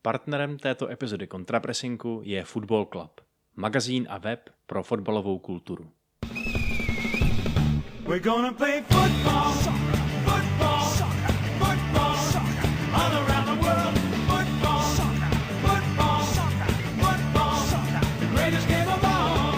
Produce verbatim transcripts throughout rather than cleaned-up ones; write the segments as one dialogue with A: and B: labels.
A: Partnerem této epizody Kontrapressingu je Football Club, magazín a web pro fotbalovou kulturu. We're gonna play football, soccer, football, soccer, football, soccer, all around the world. Football, soccer, football, soccer, football, soccer, the greatest game of all.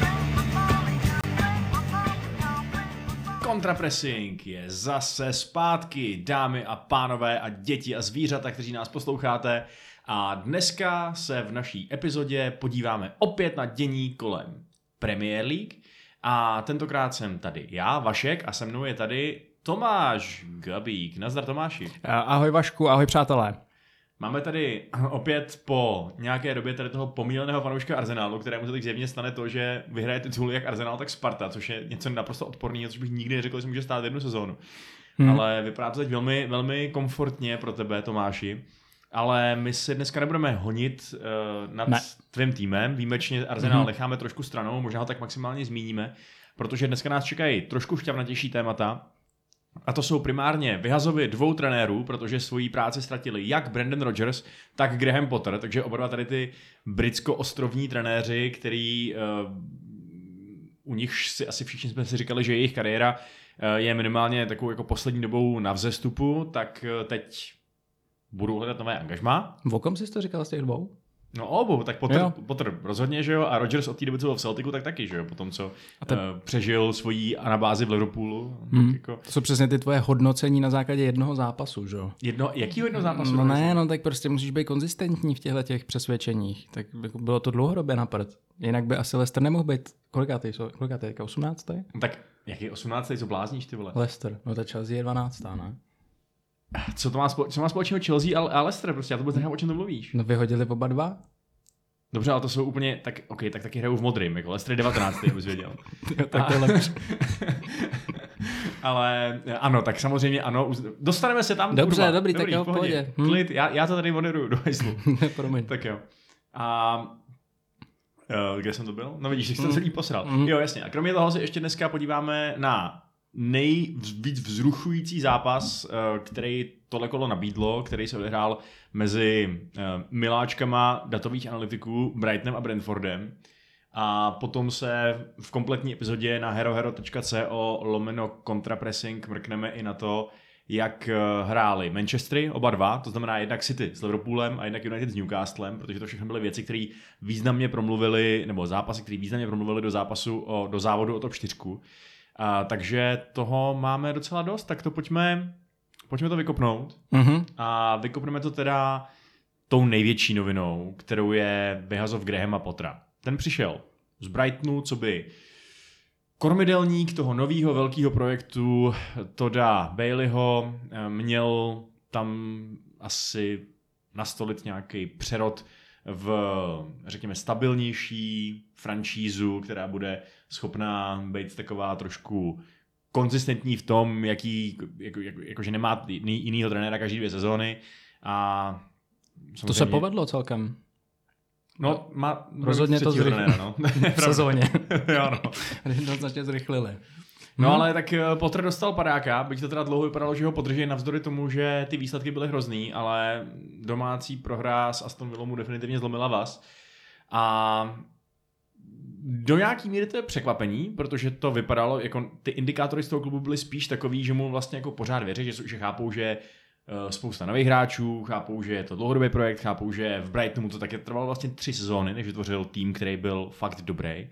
A: Kontrapressing je zase zpátky, dámy a pánové a děti a zvířata, kteří nás posloucháte. A dneska se v naší epizodě podíváme opět na dění kolem Premier League. A tentokrát jsem tady já, Vašek, a se mnou je tady Tomáš Gabík. Nazdar, Tomáši.
B: Ahoj Vašku, ahoj přátelé.
A: Máme tady opět po nějaké době tady toho pomíleného fanouška Arsenalu, kterému se teď zjevně stane to, že vyhraje titul jak Arsenal, tak Sparta, což je něco naprosto odporného, což bych nikdy neřekl, že se může stát jednu sezónu. Hmm. Ale vypadá to teď velmi, velmi komfortně pro tebe, Tomáši. Ale my si dneska nebudeme honit uh, nad ne. tvým týmem. Výjimečně Arsenal mm-hmm. necháme trošku stranou, možná ho tak maximálně zmíníme, protože dneska nás čekají trošku šťavnatější témata. A to jsou primárně vyhazovy dvou trenérů, protože svoji práci ztratili jak Brendan Rodgers, tak Graham Potter, takže oba dva tady ty britsko-ostrovní trenéři, který uh, u nich si asi všichni jsme si říkali, že jejich kariéra uh, je minimálně takovou jako poslední dobou na vzestupu, tak uh, teď budu hledat nové angažmá.
B: O kom jsi to říkal z těch dvou?
A: No obou, tak Potter, Potter rozhodně, že jo, a Rodgers od té doby, co byl v Celticu, tak taky, že jo, potom co ten... uh, přežil svoji anabázi v Liverpoolu.
B: Hmm.
A: Jako...
B: To jsou přesně ty tvoje hodnocení na základě jednoho zápasu, že jo?
A: Jedno, jakýho jednoho zápasu?
B: No ne, no tak prostě musíš být konzistentní v těchto těch přesvědčeních, tak bylo to dlouhodobě na prd. Jinak by asi Leicester nemohl být, kolikátý jsou, kolikátý, jako osmnáctý?
A: Tak jaký osmnáctý, co blázníš ty vole?
B: Leicester, no ta Chelsea je dvanáctá, ne?
A: Co to má, spo, co má společného Chelsea a, a Leicester, prostě já to vůbec nechápu, o čem to mluvíš.
B: No vyhodili oba dva?
A: Dobře, ale to jsou úplně, tak ok, tak taky hrajou v modrým, jako Leicester devatenáctý, abys věděl.
B: Tak to je lepší.
A: Ale ano, tak samozřejmě ano, dostaneme se tam.
B: Dobře,
A: kurva.
B: dobrý,
A: dobrý,
B: tak jo, v pohodě.
A: Hm. Klid, já, já to tady moderuju do hajzlu.
B: Promiň.
A: Tak jo. A uh, kde jsem to byl? No vidíš, jsi to
B: mm.
A: celý posral.
B: Mm.
A: Jo, jasně. A kromě toho se ještě dneska podíváme na nejvíc vzruchující zápas, který tohle kolo nabídlo, který se odehrál mezi miláčkama datových analytiků Brightonem a Brentfordem. A potom se v kompletní epizodě na herohero tečka co lomeno kontrapressing mrkneme i na to, jak hráli Manchestery, oba dva, to znamená jednak City s Liverpoolem a jednak United s Newcastlem, protože to všechno byly věci, které významně promluvily, nebo zápasy, které významně promluvily do zápasu, o, do závodu o top čtyři. A, takže toho máme docela dost, tak to pojďme, pojďme to vykopnout. Mm-hmm. A vykopneme to teda tou největší novinou, kterou je vyhazov Grahama Pottera. Ten přišel z Brightonu, co by kormidelník toho nového velkého projektu Todda Baileyho, měl tam asi nastolit nějaký přerod v, řekněme, stabilnější franšízu, která bude schopná být taková trošku konzistentní v tom, jaký, jako, jako, jako že nemá jinýho trenéra každý dvě sezóny. A
B: to se povedlo celkem.
A: No, má
B: rozhodně to zrychlili.
A: Trenéra, no.
B: V sezóně.
A: Jo, no.
B: Jednoznačně zrychlili.
A: No hmm. ale tak Potter dostal padáka, byť to teda dlouho vypadalo, že ho podrží navzdory tomu, že ty výsledky byly hrozný, ale domácí prohra s Aston Villou mu definitivně zlomila vaz. A do nějaký míry to je překvapení, protože to vypadalo, jako ty indikátory z toho klubu byly spíš takový, že mu vlastně jako pořád věří, že, že chápou, že spousta nových hráčů, chápou, že je to dlouhodobý projekt, chápou, že v Brightonu to taky trvalo vlastně tři sezóny, než vytvořil tým, který byl fakt dobrý. Uh,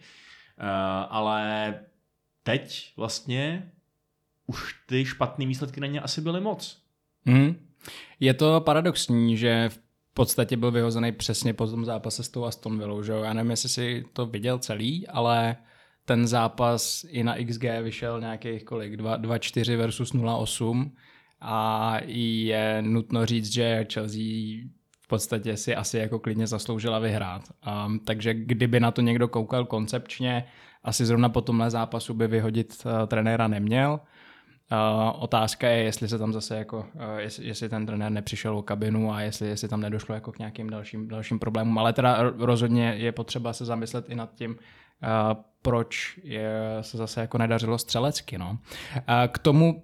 A: ale teď vlastně už ty špatné výsledky na ně asi byly moc.
B: Mm. Je to paradoxní, že v podstatě byl vyhozený přesně po tom zápase s tou Aston Villou, že jo? Já nevím, jestli si to viděl celý, ale ten zápas i na X G vyšel nějakých kolik, dva čtyři versus nula osm a je nutno říct, že Chelsea v podstatě si asi jako klidně zasloužila vyhrát. Um, takže kdyby na to někdo koukal koncepčně, asi zrovna po tomhle zápasu by vyhodit uh, trenéra neměl. Uh, otázka je, jestli se tam zase jako, uh, jestli, jestli ten trenér nepřišel o kabinu a jestli, jestli tam nedošlo jako k nějakým dalším, dalším problémům, ale teda rozhodně je potřeba se zamyslet i nad tím, uh, proč je, se zase jako nedařilo střelecky. No. Uh, k tomu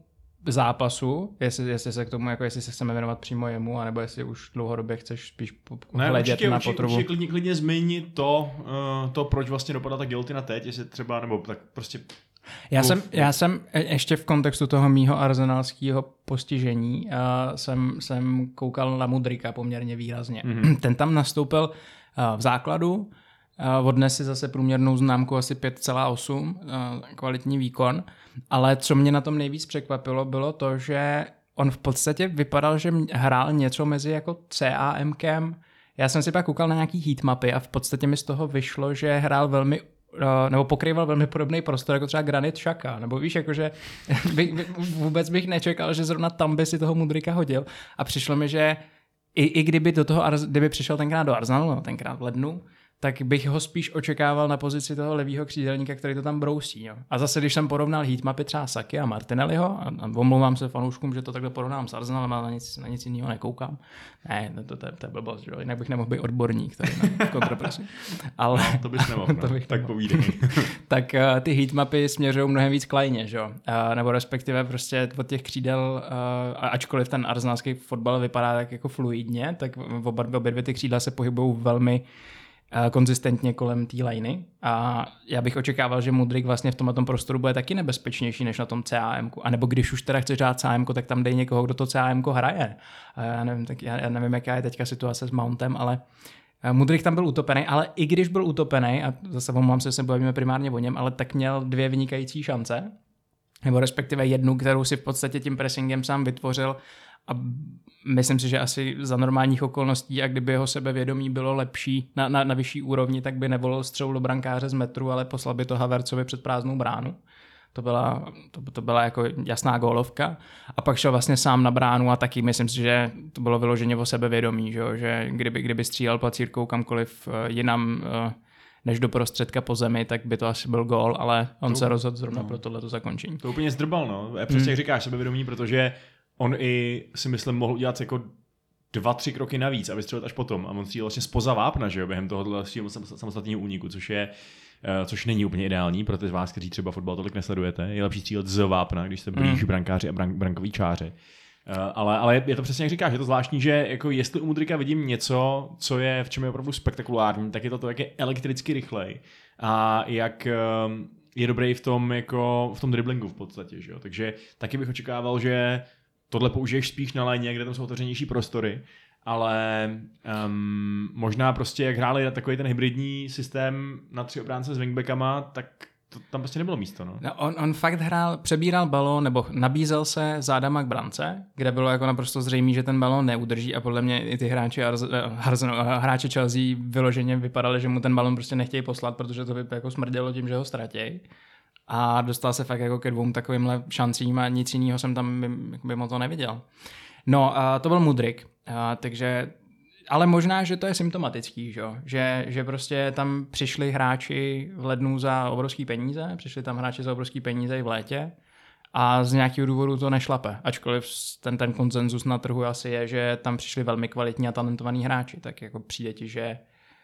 B: zápasu, jestli, jestli se k tomu, jako jestli se chceme věnovat přímo jemu, anebo jestli už dlouhodobě chceš spíš
A: ne,
B: hledět
A: určitě,
B: na
A: určitě,
B: potrubu.
A: Určitě klidně, klidně zmínit to, uh, to, proč vlastně dopadla ta guillotina teď, jestli třeba, nebo tak prostě...
B: Já jsem, já jsem ještě v kontextu toho mýho arsenálského postižení uh, jsem, jsem koukal na Mudryka poměrně výrazně. Mm-hmm. Ten tam nastoupil uh, v základu, uh, odnes si zase průměrnou známku asi pět celá osm, uh, kvalitní výkon, ale co mě na tom nejvíc překvapilo, bylo to, že on v podstatě vypadal, že hrál něco mezi jako CAMkem. Já jsem si pak koukal na nějaký heatmapy a v podstatě mi z toho vyšlo, že hrál velmi nebo pokrýval velmi podobný prostor jako třeba Granit Xhaka, nebo víš, jakože by, by, vůbec bych nečekal, že zrovna tam by si toho Mudryka hodil a přišlo mi, že i, i kdyby do toho, kdyby přišel tenkrát do Arsenalu, no, tenkrát v lednu, tak bych ho spíš očekával na pozici toho levýho křídelníka, který to tam brousí. Jo. A zase, když jsem porovnal heatmapy třeba Saky a Martinelliho, a, a omlouvám se fanouškům, že to takhle porovnám s Arsenalem, ale na nic, na nic jiného nekoukám. Ne, to, to, to je blbost, že? Jinak bych nemohl být odborník tady na kontrapresu. Ale,
A: no, to bys nemohl,
B: to
A: no.
B: bych
A: Tak
B: nemohl.
A: povídej.
B: Tak uh, ty heatmapy směřují mnohem víc k lajně, že? Uh, nebo respektive prostě od těch křídel, uh, ačkoliv ten arsenálský fotbal vypadá tak jako fluidně, tak oba obě dvě ty křídla se pohybují velmi konzistentně kolem té liney a já bych očekával, že Mudryk vlastně v tomhle prostoru bude taky nebezpečnější než na tom CAMku. A nebo když už teda chceš dát CAMko, tak tam dej někoho, kdo to CAMko hraje. A já nevím, tak já, já nevím, jaká je teďka situace s Mountem, ale Mudryk tam byl utopený, ale i když byl utopený, a zase mám se, že se bavíme primárně o něm, ale tak měl dvě vynikající šance, nebo respektive jednu, kterou si v podstatě tím pressingem sám vytvořil. A myslím si, že asi za normálních okolností a kdyby jeho sebevědomí bylo lepší na, na, na vyšší úrovni, tak by nevolil střelu do brankáře z metru, ale poslal by to Havertzovi před prázdnou bránu. To byla, to, to byla jako jasná gólovka. A pak šel vlastně sám na bránu a taky myslím si, že to bylo vyloženě o sebevědomí, že, že kdyby, kdyby střílel placírkou kamkoliv jinam než do prostředka po zemi, tak by to asi byl gól, ale on to, se rozhodl zrovna no. pro tohleto zakončení.
A: To úplně zdrbal, no. Přesně hmm. jak říkáš, sebevědomí, protože on i si myslím mohl udělat jako dva, tři kroky navíc a vystřelit až potom. A on střílel vlastně spoza vápna, že jo, během tohohle samostatného úniku, což je, uh, což není úplně ideální pro ty z vás, kteří třeba fotbal tolik nesledujete. Je lepší střílet z vápna, když jste blíž mm. brankáři a brank, brankoví čáři. Uh, ale, ale je to přesně jak říkáš, je to zvláštní, že jako jestli u Mudryka vidím něco, co je v čem je opravdu spektakulární, tak je to to, jak je elektricky rychlej a jak uh, je dobrý v tom, jako, v tom driblingu v podstatě, že jo. Takže taky bych očekával, že tohle použiješ spíš na léně, kde tam jsou otevřenější prostory, ale um, možná prostě jak hráli takový ten hybridní systém na tři obránce s wingbackama, tak to, tam prostě nebylo místo. No.
B: No, on, on fakt hrál, přebíral balón, nebo nabízel se zádama k brance, kde bylo jako naprosto zřejmé, že ten balón neudrží a podle mě i ty hráči, hráči Chelsea vyloženě vypadali, že mu ten balón prostě nechtějí poslat, protože to by jako smrdělo tím, že ho ztratějí. A dostal se fakt jako ke dvou takovýmhle šancím a nic jiného jsem tam by moc to neviděl. No, a to byl Mudryk, a, takže, ale možná, že to je symptomatický, že, že, že prostě tam přišli hráči v lednu za obrovský peníze, přišli tam hráči za obrovský peníze i v létě a z nějakého důvodu to nešlape, ačkoliv ten, ten konsenzus na trhu asi je, že tam přišli velmi kvalitní a talentovaní hráči, tak jako přijde ti, že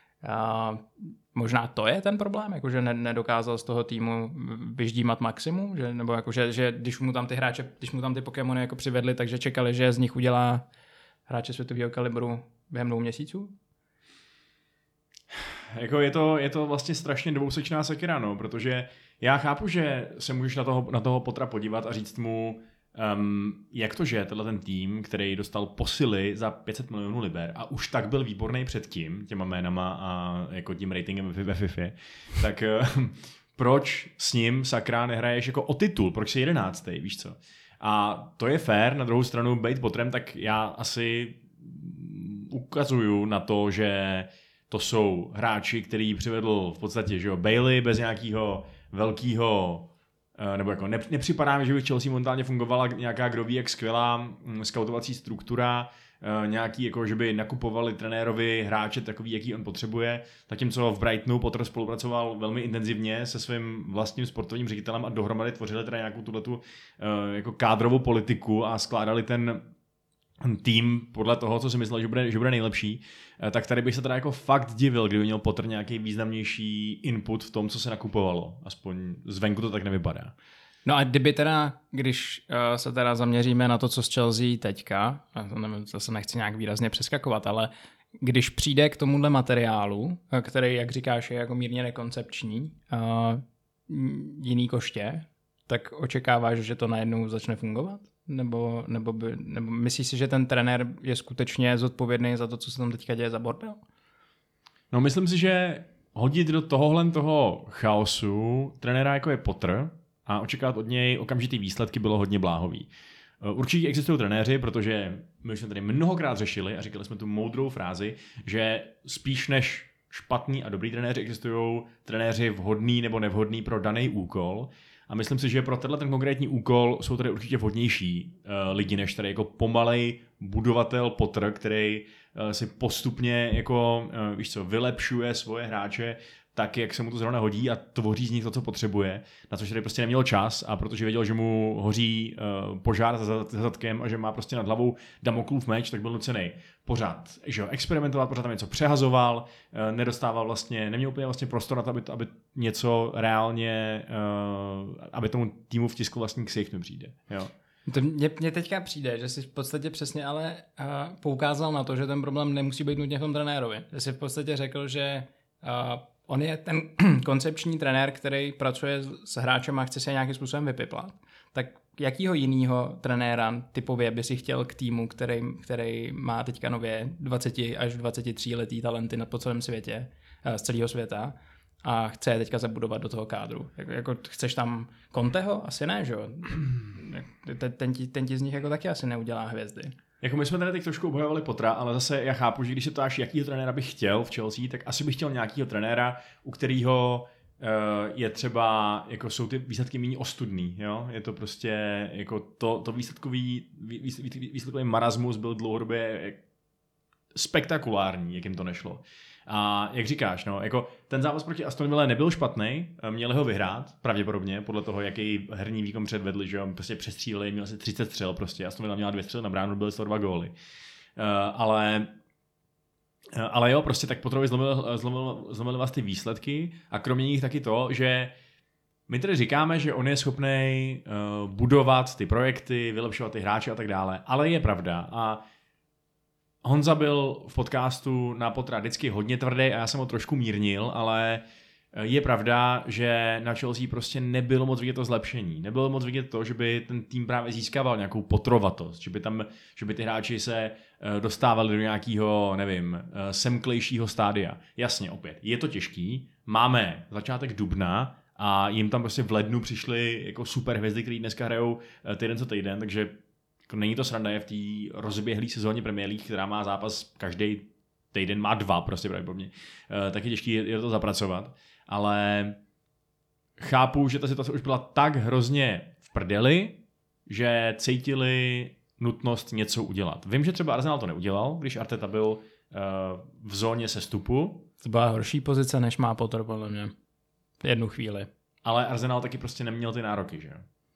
B: a, možná to je ten problém, jakože nedokázal z toho týmu vyždímat maximum, že, nebo jako, že, že když mu tam ty hráče, když mu tam ty Pokémony jako přivedli, takže čekali, že z nich udělá hráče světového kalibru během dvou měsíců?
A: Jako je to, je to vlastně strašně dvousečná sekera, no, protože já chápu, že se můžeš na toho, na toho Pottera podívat a říct mu, Um, jak to, že tenhle ten tým, který dostal posily za pět set milionů liber a už tak byl výborný předtím, těma jménama a jako tím ratingem ve FIFA, tak uh, proč s ním sakra nehraješ jako o titul, proč jsi jedenáctý, víš co? A to je fair, na druhou stranu být Potterem, tak já asi ukazuju na to, že to jsou hráči, který přivedl v podstatě, že jo, Bailey bez nějakého velkého nebo jako ne, nepřipadá mi, že by v Chelsea momentálně fungovala nějaká, kdo ví, jak skvělá skautovací struktura, nějaký, jako, že by nakupovali trenérovi hráče takový, jaký on potřebuje, zatímco v Brightonu Potter spolupracoval velmi intenzivně se svým vlastním sportovním ředitelem a dohromady tvořili teda nějakou tuhletu jako kádrovou politiku a skládali ten tým podle toho, co si myslel, že bude, že bude nejlepší, tak tady bych se teda jako fakt divil, kdyby měl Potter nějaký významnější input v tom, co se nakupovalo. Aspoň zvenku to tak nevypadá.
B: No a kdyby teda, když uh, se teda zaměříme na to, co s Chelsea teďka, a to nevím, zase nechci nějak výrazně přeskakovat, ale když přijde k tomuhle materiálu, který, jak říkáš, je jako mírně nekoncepční, uh, jiný koště, tak očekáváš, že to najednou začne fungovat? Nebo, nebo, by, nebo myslíš si, že ten trenér je skutečně zodpovědný za to, co se tam teďka děje za bordel?
A: No myslím si, že hodit do tohohle toho chaosu trenéra jako je Potter a očekávat od něj okamžitý výsledky bylo hodně bláhový. Určitě existují trenéři, protože my jsme tady mnohokrát řešili a říkali jsme tu moudrou frázi, že spíš než špatný a dobrý trenéři existují trenéři vhodný nebo nevhodný pro daný úkol. A myslím si, že pro tenhle ten konkrétní úkol jsou tady určitě vhodnější uh, lidi, než tady jako pomalej budovatel Potter, který uh, si postupně jako, uh, víš co, vylepšuje svoje hráče tak, jak se mu to zrovna hodí a tvoří z nich to, co potřebuje, na což tady prostě neměl čas a protože věděl, že mu hoří uh, požár za zadkem a že má prostě nad hlavou Damoklův meč, tak byl nucený pořád, že jo, experimentovat, pořád tam něco přehazoval, uh, nedostával vlastně, neměl úplně vlastně prostor na to, aby, aby něco reálně, uh, aby tomu týmu vtiskl vlastní ksicht, mi přijde, jo.
B: To mně, mně teďka přijde, že jsi v podstatě přesně ale uh, poukázal na to, že ten problém nemusí být nutně v tom trenérovi. Že jsi v podstatě řekl, že uh, on je ten koncepční trenér, který pracuje s hráčem a chce se nějakým způsobem vypiplat. Tak jakýho jinýho trenéra typově by si chtěl k týmu, který, který má teďka nově dvacet až dvacet tři letý talenty po celém světě, z celého světa a chce je teďka zabudovat do toho kádru? Jako, jako chceš tam Conteho? Asi ne, že jo? Ten, ten, ti, ten ti z nich jako taky asi neudělá hvězdy.
A: Jako my jsme tady teď trošku obhajovali Pottera, ale zase já chápu, že když se ptáš, jakýho trenéra bych chtěl v Chelsea, tak asi bych chtěl nějakýho trenéra, u kterého uh, je třeba, jako jsou ty výsledky méně ostudný, jo? Je to prostě, jako to, to výsledkový, výsledkový marasmus byl dlouhodobě spektakulární, jak jim to nešlo. A jak říkáš, no, jako ten zápas proti Aston Villa nebyl špatný, měli ho vyhrát, pravděpodobně, podle toho, jaký herní výkon předvedli, že jo, prostě přestříleli, měl se třicet střel, prostě Aston Villa měla dvě střely na bránu, byly sto dva góly. Uh, ale, uh, ale jo, prostě tak Potterovi zlomil, zlomil, zlomil vás ty výsledky a kromě nich taky to, že my tedy říkáme, že on je schopný uh, budovat ty projekty, vylepšovat ty hráče a tak dále, ale je pravda a Honza byl v podcastu na Pottera vždycky hodně tvrdý a já jsem ho trošku mírnil, ale je pravda, že na Chelsea prostě nebylo moc vidět to zlepšení. Nebylo moc vidět to, že by ten tým právě získával nějakou potrovatost, že by, tam, že by ty hráči se dostávali do nějakého, nevím, semklejšího stádia. Jasně, opět, je to těžký, máme začátek dubna a jim tam prostě v lednu přišly jako super hvězdy, který dneska hrajou týden co týden, takže není to sranda, je v té rozběhlé sezóně Premier League, která má zápas každý týden, má dva prostě pravděpodobně. E, tak je těžký je to zapracovat, ale chápu, že ta situace už byla tak hrozně v prdeli, že cítili nutnost něco udělat. Vím, že třeba Arsenal to neudělal, když Arteta byl e, v zóně sestupu.
B: To byla horší pozice, než má Potter, podle mě. V jednu chvíli.
A: Ale Arsenal taky prostě neměl ty nároky, že jo?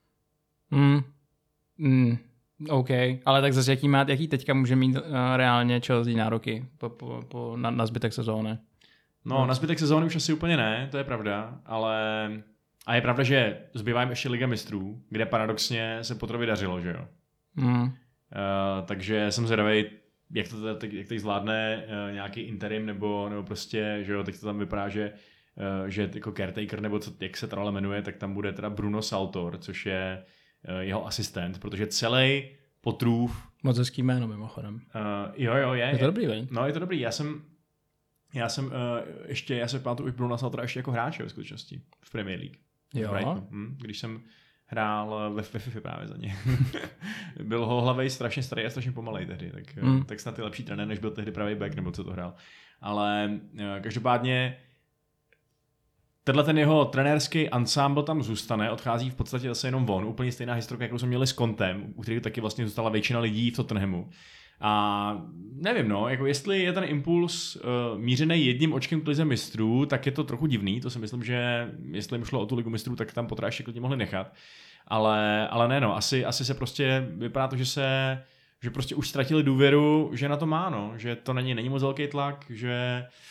B: Mm. Mm. OK, ale tak zase jaký, má, jaký teďka může mít uh, reálně Chelsea nároky po, po, po, na, na zbytek sezóny?
A: No, na zbytek sezóny už asi úplně ne, to je pravda, ale a je pravda, že zbývá jim ještě Liga mistrů, kde paradoxně se Potterovi dařilo, že jo?
B: Mm.
A: Uh, takže jsem zvědavý, jak to teď, jak teď zvládne uh, nějaký interim, nebo, nebo prostě, že jo, teď to tam vypadá, že, uh, že jako caretaker, nebo co, jak se to jmenuje, tak tam bude teda Bruno Saltor, což je jeho asistent, protože celý Potterův...
B: Moc hezký jméno mimochodem.
A: Uh, jo, jo, je.
B: Je to dobrý, veď?
A: No, je to dobrý. Já jsem, já jsem uh, ještě, já se pamatuju už Bruna Saltora ještě jako hráče ve skutečnosti v Premier League.
B: Jo.
A: Hm, když jsem hrál ve, ve FIFA právě za ně. Byl ho hlavej strašně starý a strašně pomalej tehdy, tak, mm. tak snad je lepší trenér, než byl tehdy pravý back, nebo co to hrál. Ale uh, každopádně tenhle ten jeho trenérský ansámbl tam zůstane, odchází v podstatě zase jenom von. Úplně stejná historka, jakou jsme měli s Contem, u kterého taky vlastně zůstala většina lidí v Tottenhamu. A nevím, no, jako jestli je ten impuls uh, mířený jedním očkem k lize mistrů, tak je to trochu divný. To si myslím, že jestli jim šlo o tu ligu mistrů, tak tam Pottera ještě klidně mohli nechat. Ale, ale ne, no, asi, asi se prostě vypadá to, že se, že prostě už ztratili důvěru, že na to má, no, že to není, není moc velký tlak, že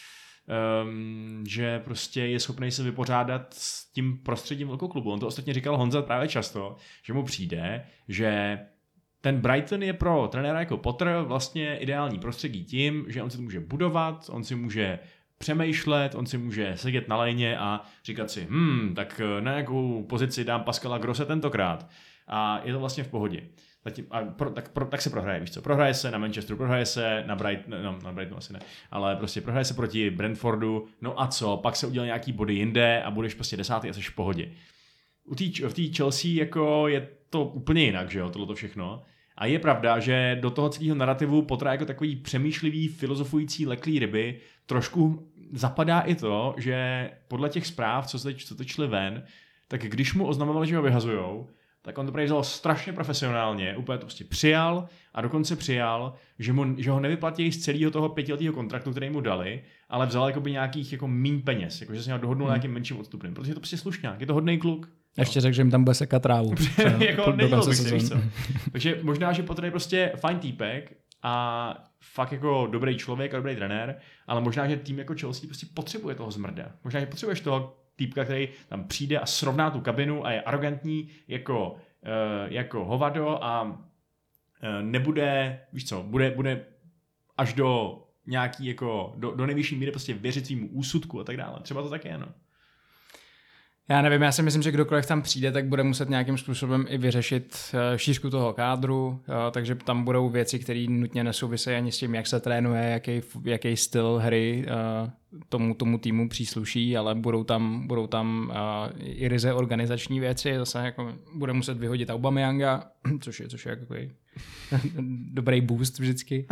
A: um, že prostě je schopný se vypořádat s tím prostředím velkoklubu. On to ostatně říkal Honza právě často, že mu přijde, že ten Brighton je pro trenéra jako Potter vlastně ideální prostředí tím, že on si to může budovat, on si může přemýšlet, on si může sedět na lajně a říkat si, hm, tak na jakou pozici dám Pascala Grosse tentokrát. A je to vlastně v pohodě. Zatím, a pro, tak, pro, tak se prohraje, víš co, prohraje se na Manchesteru, prohraje se na Brighton, no, na Brightonu asi ne, ale prostě prohraje se proti Brentfordu, no a co, pak se udělá nějaký body jinde a budeš prostě desátý a jsi v pohodě. U tý, v té Chelsea jako je to úplně jinak, že jo, tohleto všechno. A je pravda, že do toho celého narrativu Pottera jako takový přemýšlivý, filozofující, leklý ryby trošku zapadá i to, že podle těch zpráv, co, se, co teď ven, tak když mu oznamovali, že ho vyhazujou, tak on to vzal strašně profesionálně, úplně to prostě přijal a dokonce přijal, že, mu, že ho nevyplatí z celého toho pětiletého kontraktu, který mu dali, ale vzal jakoby nějakých jako míň peněz, jakože se něho dohodnul hmm. nějakým menším odstupným, protože je to prostě slušňák, je to hodnej kluk.
B: Ještě řekl, že jim tam bude sekat trávu.
A: jako nedělo bych se, víš co. Takže možná, že Potter je prostě fajn týpek a fakt jako dobrý člověk a dobrý trenér, ale možná, že tým jako Chelsea prostě potřebuje toho zmrda. Možná, že potřebuješ toho týpka, který tam přijde a srovná tu kabinu a je arrogantní jako, uh, jako hovado a uh, nebude, víš co, bude, bude až do nějaký jako, do, do nejvyšší míry prostě věřit svýmu úsudku a tak dále. Třeba to tak je, no.
B: Já nevím, já si myslím, že kdokoliv tam přijde, tak bude muset nějakým způsobem i vyřešit šířku toho kádru, takže tam budou věci, které nutně nesouvisejí ani s tím, jak se trénuje, jaký, jaký styl hry tomu, tomu týmu přísluší, ale budou tam, budou tam i ryze organizační věci, zase jako bude muset vyhodit Aubameyanga, což je, což je jako dobrý boost vždycky.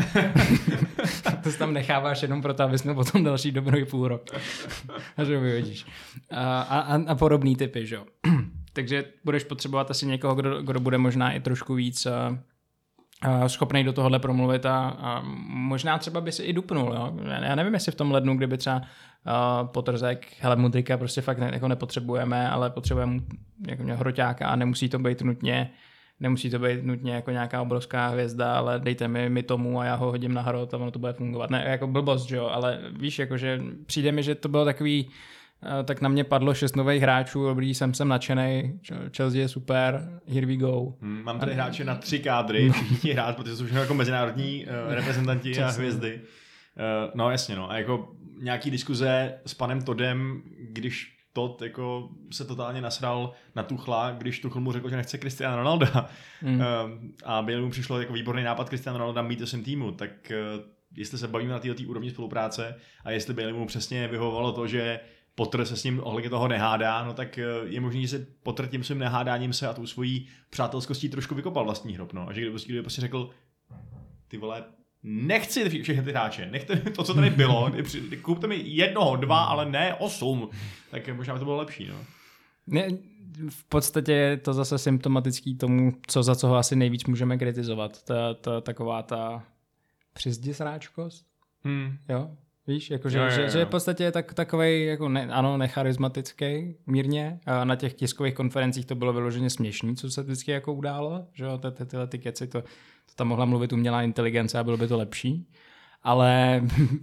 B: To si tam necháváš jenom proto, abys měl potom další dobrý půl rok. A že ho vyhodíš. A, a, a podobný typy, že jo. Takže budeš potřebovat asi někoho, kdo, kdo bude možná i trošku víc a, a schopnej do tohohle promluvit a, a možná třeba by si i dupnul. Jo? Já nevím, jestli v tom lednu, kdyby třeba uh, Potter řekl, hele, Mudryka prostě fakt ne, jako nepotřebujeme, ale potřebujeme jako hroťáka a nemusí to být nutně Nemusí to být nutně jako nějaká obrovská hvězda, ale dejte mi, mi tomu a já ho hodím na hrot a ono to bude fungovat. Ne, jako blbost, že jo, ale víš, jakože přijde mi, že to bylo takový, tak na mě padlo šest nových hráčů, dobrý, jsem jsem nadšenej, Chelsea je super, here we go.
A: Hmm, mám tady hráče na tři kádry, všichni chtějí hrát, protože jsou všechno jako mezinárodní uh, reprezentanti a hvězdy. Uh, no jasně, no, a jako nějaký diskuze s panem Toddem, když Todd jako se totálně nasral na Tuchla, když Tuchl mu řekl, že nechce Cristiano Ronalda. Mm. Uh, a Bale mu přišlo jako výborný nápad Cristiano Ronalda mít ve svém týmu, tak uh, jestli se bavíme na této úrovni spolupráce a jestli Bale mu přesně vyhovovalo to, že Potter se s ním ohledně toho nehádá, no tak uh, je možný, že se Potter tím svým nehádáním se a tou svojí přátelskostí trošku vykopal vlastní hrob, no. A že kdyby, kdyby prostě řekl, ty vole, nechci všechny ty hráče, nechte to, co tady bylo, kupte mi jednoho, dva, ale ne osm, tak možná by to bylo lepší, no.
B: Ne, v podstatě je to zase symptomatický tomu, co za co ho asi nejvíc můžeme kritizovat. Ta, ta taková ta přizdisráčkost, hmm. jo, víš, jakože, jo, jo, jo. Že, že je v podstatě tak, takovej, jako ne, ano, necharismatický mírně, a na těch tiskových konferencích to bylo vyloženě směšný, co se vždycky jako událo, že jo, ty, ty, tyhle ty keci, to, to tam mohla mluvit umělá inteligence a bylo by to lepší. Ale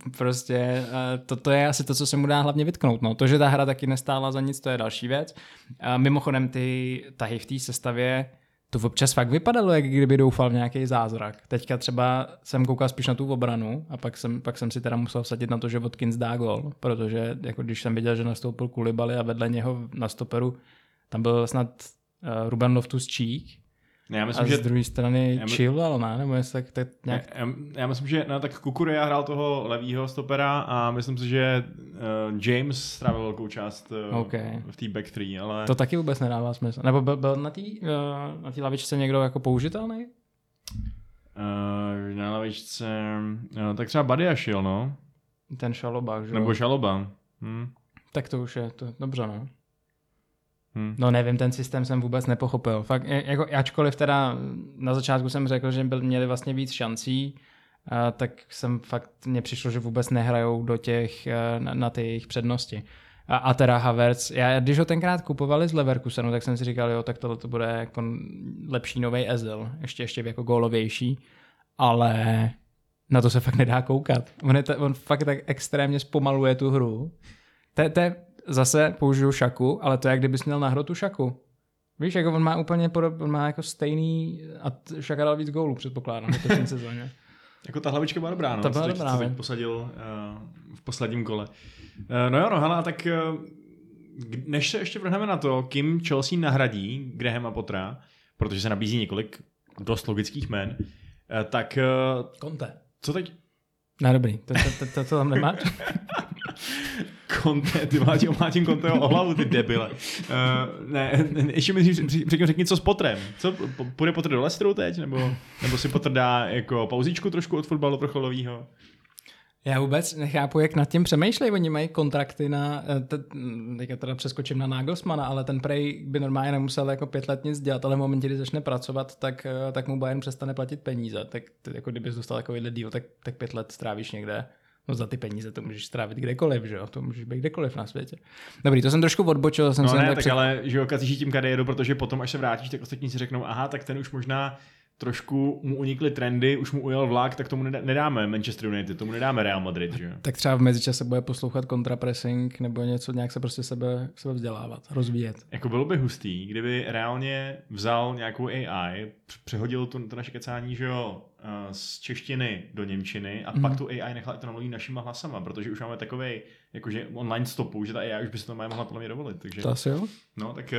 B: prostě to, to je asi to, co se mu dá hlavně vytknout. No. To, že ta hra taky nestála za nic, to je další věc. A mimochodem ty tahy v té sestavě, to občas fakt vypadalo, jak kdyby doufal v nějaký zázrak. Teďka třeba jsem koukal spíš na tu obranu a pak jsem, pak jsem si teda musel vsadit na to, že Watkins dá gol, protože jako když jsem viděl, že nastoupil Koulibaly a vedle něho na stoperu tam byl snad uh, Ruben Loftus-Cheek,
A: já myslím,
B: a
A: že
B: z druhé strany my... Chilwell, ne? Nebo jestli tak, tak nějak...
A: já, já myslím, že no, tak Kukureya hrál toho levýho stopera a myslím si, že uh, James strávil velkou část uh, okay. v té back three, ale...
B: To taky vůbec nedává smysl. Nebo byl, byl na té uh, na té lavičce někdo jako použitelný?
A: Uh, na lavičce... Uh, tak třeba Badiashile, no.
B: Ten Šaloba, že?
A: Nebo Šaloba. Hm.
B: Tak to už je, to dobře, no. Hmm. No nevím, ten systém jsem vůbec nepochopil. Fakt, jako, ačkoliv teda na začátku jsem řekl, že byl, měli vlastně víc šancí, a, tak jsem fakt, mně přišlo, že vůbec nehrajou do těch, na, na ty jejich přednosti. A, a teda Havertz, já, když ho tenkrát kupovali z Leverkusenu, tak jsem si říkal, jo, tak tohle to bude jako lepší novej Ezil, ještě, ještě jako gólovější, ale na to se fakt nedá koukat. On, je ta, on fakt tak extrémně zpomaluje tu hru. To, to je, zase použiju šaku, ale to je, jak kdybys měl na hrotu šaku. Víš, jako on má úplně podob, on má jako stejný a Šaka dal víc gólů, předpokládám, v té sezóně.
A: Jako ta hlavička byla dobrá, no.
B: Ta byla
A: co
B: dobrá,
A: teď posadil uh, v posledním kole. Uh, no jo, no hele, tak uh, než se ještě vrhneme na to, kým Chelsea nahradí Grahama Pottera, protože se nabízí několik dost logických jmen, uh, tak... Uh,
B: Conte.
A: Co teď?
B: No dobrý, to, to, to, to, to tam nemáš?
A: Conte, ty máš omlátím Conteho o hlavu, ty debile. Uh, ne, ne, ještě mi řekni, řekni, co s Potterem. Co, půjde Potter do Leicesteru teď? Nebo, nebo si Potter dá jako pauzičku trošku od fotbalu vrcholovýho?
B: Já vůbec nechápu, jak nad tím přemýšlejí. Oni mají kontrakty na, teďka teda přeskočím na Nagelsmana, ale ten prej by normálně nemusel jako pět let nic dělat, ale v momentě, kdy začne pracovat, tak, tak mu Bayern přestane platit peníze. Tak jako kdybys dostal takovýhle deal, tak, tak pět let strávíš někde. No za ty peníze to můžeš strávit kdekoliv, že jo? To můžeš být kdekoliv na světě. Dobrý, to jsem trošku odbočil. Jsem
A: no
B: se
A: ne,
B: tak,
A: tak
B: před...
A: ale že jo, kazíš tím kariéru, protože potom, až se vrátíš, tak ostatní si řeknou, aha, tak ten už možná trošku mu unikly trendy, už mu ujel vlak, tak tomu nedáme Manchester United, tomu nedáme Real Madrid, že jo?
B: Tak třeba v mezičase bude poslouchat kontrapressing nebo něco, nějak se prostě sebe, sebe vzdělávat, rozvíjet.
A: Jako bylo by hustý, kdyby reálně vzal nějakou A I, přehodil to, to naše kecání, že jo, z češtiny do němčiny a mm. pak tu A I nechal to namluví našima hlasama, protože už máme takovej, jakože online stopu, že ta A I už by se to mohla podle mě dovolit. Takže,
B: to asi jo.
A: No, tak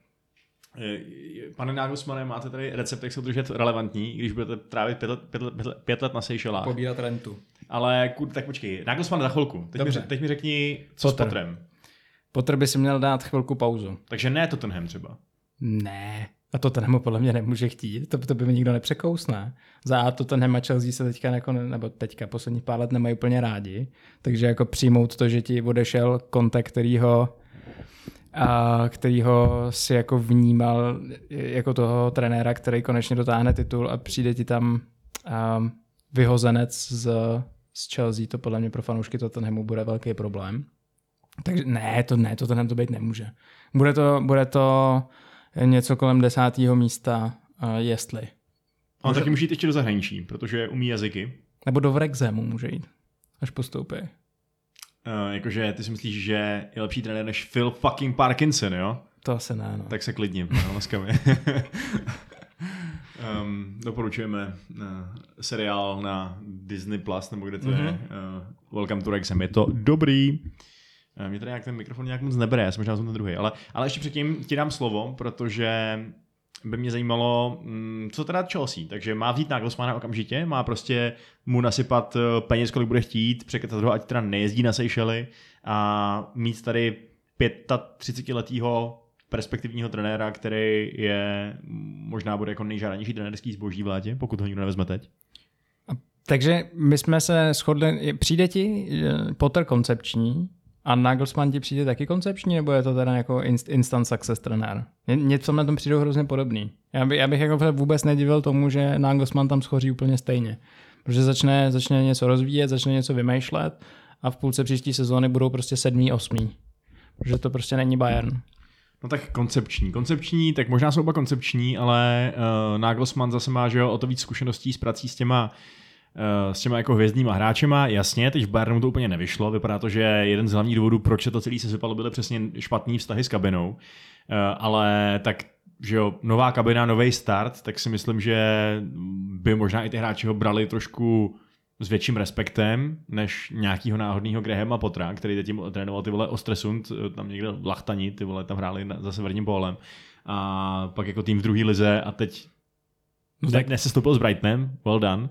A: pane Nagelsmane, máte tady recept, jak se udržet relevantní, když budete trávit pět let, pět let, pět let, pět let na Seychelách.
B: Pobírat rentu.
A: Ale kur, tak počkej, Nagelsmann za chvilku. Teď mi, teď mi řekni, co
B: Potter.
A: s Potterem.
B: Potter by si měl dát chvilku pauzu.
A: Takže ne Tottenham třeba.
B: Ne. A Tottenham podle mě nemůže chtít. To, to by mi nikdo nepřekousne. Za A Tottenham a Chelsea se teďka, jako, nebo teďka posledních pár let nemají úplně rádi. Takže jako přijmout to, že ti odešel Conte, kterýho a kterýho si jako vnímal jako toho trenéra, který konečně dotáhne titul a přijde ti tam um, vyhozenec z, z Chelsea, to podle mě pro fanoušky Tottenhamu bude velký problém. Takže ne, to ne, Tottenham to být nemůže. Bude to, bude to něco kolem desátého místa, uh, jestli.
A: On Může... taky může jít ještě do zahraničí, protože umí jazyky.
B: Nebo do Wrexhamu může jít, až postoupí.
A: Uh, jakože ty si myslíš, že je lepší trenér než Phil fucking Parkinson, jo?
B: To asi ne, no.
A: Tak se klidním, no, laskavě. um, doporučujeme uh, seriál na Disney Plus, nebo kde to mm-hmm. je. Uh, Welcome to Wrexham, je to dobrý. Uh, mě tady nějak ten mikrofon nějak moc nebere, já jsem možná jsem ten druhý. Ale, ale ještě předtím ti dám slovo, protože by mě zajímalo, co teda Chelsea. Takže má vzít Nagelsmana okamžitě, má prostě mu nasypat peněz, kolik bude chtít, překetat ho, ať teda nejezdí na Seychely a mít tady třicetiletého perspektivního trenéra, který je možná bude jako nejžádanější trenérský zboží v létě, pokud ho nikdo nevezme teď.
B: Takže my jsme se shodli, přijde ti Potter koncepční, a Nagelsmann ti přijde taky koncepční, nebo je to teda jako instant success trenér? Něco na tom přijde hrozně podobný. Já, by, já bych jako vůbec nedivil tomu, že Nagelsmann tam schoří úplně stejně. Protože začne, začne něco rozvíjet, začne něco vymýšlet a v půlce příští sezóny budou prostě sedmý, osmý. Protože to prostě není Bayern.
A: No tak koncepční. Koncepční, tak možná jsou oba koncepční, ale uh, Nagelsmann zase má, že jo, o to víc zkušeností s prací s těma s těma jako hvězdnýma hráčema, jasně, teď v Bayernu to úplně nevyšlo, vypadá to, že jeden z hlavních důvodů, proč se to celý se vypadlo, byly přesně špatný vztahy s kabinou, ale tak, že jo, nová kabina, nový start, tak si myslím, že by možná i ty hráči ho brali trošku s větším respektem, než nějakýho náhodného Grahama Pottera, který teď jim trénoval ty vole Ostresund, tam někde v Lachtani, ty vole tam hráli za severním pólem a pak jako tým v druhé lize a teď no tak nesestoupil s Brightonem, well done.